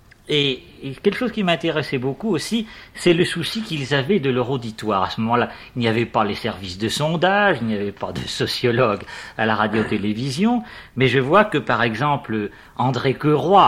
S4: Et quelque chose qui m'intéressait beaucoup aussi, c'est le souci qu'ils avaient de leur auditoire. À ce moment-là, il n'y avait pas les services de sondage, il n'y avait pas de sociologues à la radio-télévision, mais je vois que, par exemple, André Queroy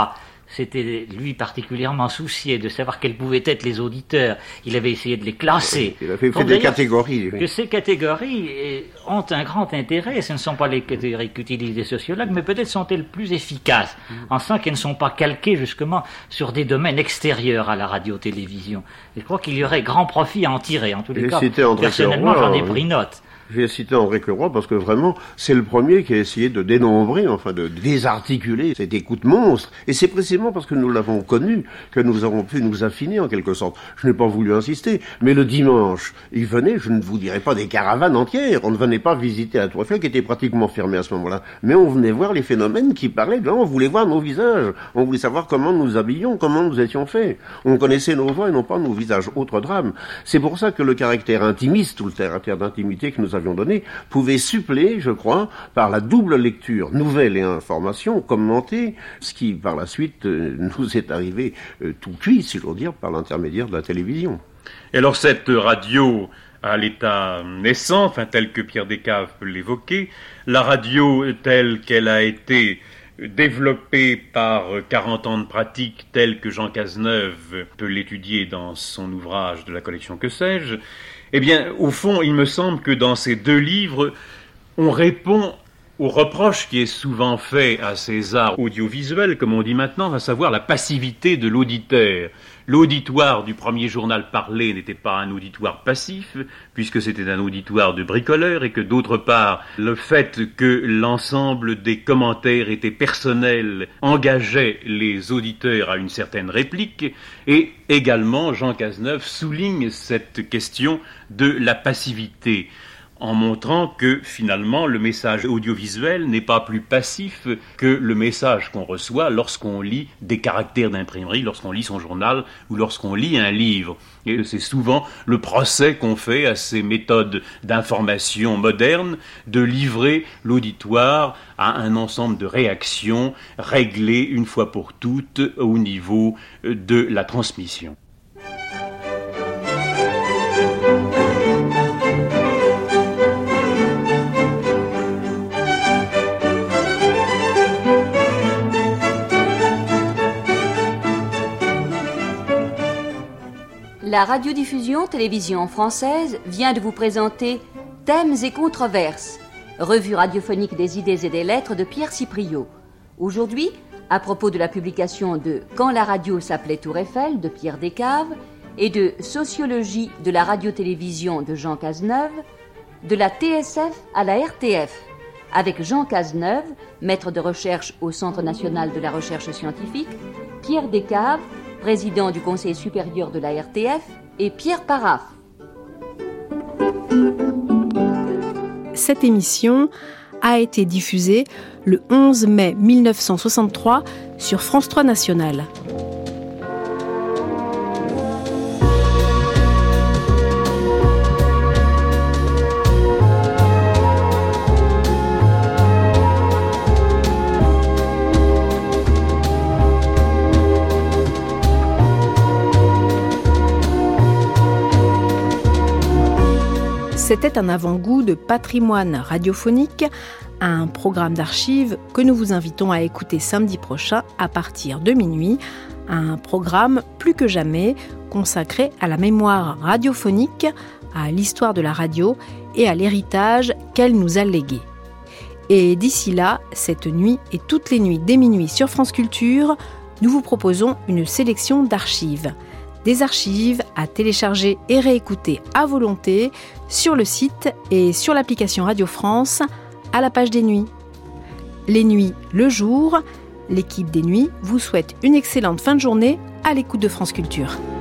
S4: s'était lui particulièrement soucié de savoir quels pouvaient être les auditeurs. Il avait essayé de les classer.
S22: Il a fait des catégories.
S4: Que ces catégories ont un grand intérêt. Ce ne sont pas les catégories qu'utilisent les sociologues, mais peut-être sont-elles plus efficaces, en sens qu'elles ne sont pas calquées justement sur des domaines extérieurs à la radio-télévision. Je crois qu'il y aurait grand profit à en tirer. En tous les cas, personnellement, j'en ai pris note.
S22: J'ai cité André Cleroy parce que vraiment, c'est le premier qui a essayé de dénombrer, enfin de désarticuler cette écoute monstre. Et c'est précisément parce que nous l'avons connu que nous avons pu nous affiner en quelque sorte. Je n'ai pas voulu insister, mais le dimanche, il venait, je ne vous dirais pas des caravanes entières, on ne venait pas visiter la Tour Eiffel qui était pratiquement fermée à ce moment-là, mais on venait voir les phénomènes qui parlaient, on voulait voir nos visages, on voulait savoir comment nous habillions, comment nous étions faits. On connaissait nos voix et non pas nos visages. Autre drame. C'est pour ça que le caractère intimiste ou le caractère d'intimité que nous avions donné pouvait suppléer, je crois, par la double lecture, nouvelles et informations commentées, ce qui par la suite nous est arrivé tout cuit, si j'ose dire, par l'intermédiaire de la télévision.
S21: Et alors cette radio à l'état naissant, enfin tel que Pierre Descaves peut l'évoquer, la radio telle qu'elle a été développée par 40 ans de pratique, telle que Jean Cazeneuve peut l'étudier dans son ouvrage de la collection Que sais-je, eh bien, au fond, il me semble que dans ces deux livres, on répond au reproche qui est souvent fait à ces arts audiovisuels, comme on dit maintenant, à savoir la passivité de l'auditeur. L'auditoire du premier journal parlé n'était pas un auditoire passif, puisque c'était un auditoire de bricoleurs, et que d'autre part, le fait que l'ensemble des commentaires étaient personnels engageait les auditeurs à une certaine réplique, et également Jean Cazeneuve souligne cette question de la passivité, en montrant que finalement le message audiovisuel n'est pas plus passif que le message qu'on reçoit lorsqu'on lit des caractères d'imprimerie, lorsqu'on lit son journal ou lorsqu'on lit un livre. Et c'est souvent le procès qu'on fait à ces méthodes d'information modernes de livrer l'auditoire à un ensemble de réactions réglées une fois pour toutes au niveau de la transmission.
S20: La radiodiffusion télévision française vient de vous présenter Thèmes et controverses, revue radiophonique des idées et des lettres de Pierre Cipriot. Aujourd'hui, à propos de la publication de Quand la radio s'appelait Tour Eiffel de Pierre Descaves et de Sociologie de la radio-télévision de Jean Cazeneuve, de la TSF à la RTF, avec Jean Cazeneuve, maître de recherche au Centre national de la recherche scientifique, Pierre Descaves, président du Conseil supérieur de la RTF, et Pierre Paraf.
S1: Cette émission a été diffusée le 11 mai 1963 sur France 3 National. C'était un avant-goût de patrimoine radiophonique, un programme d'archives que nous vous invitons à écouter samedi prochain à partir de minuit, un programme plus que jamais consacré à la mémoire radiophonique, à l'histoire de la radio et à l'héritage qu'elle nous a légué. Et d'ici là, cette nuit et toutes les nuits dès minuit sur France Culture, nous vous proposons une sélection d'archives. Des archives à télécharger et réécouter à volonté sur le site et sur l'application Radio France à la page des nuits. Les nuits le jour, l'équipe des nuits vous souhaite une excellente fin de journée à l'écoute de France Culture.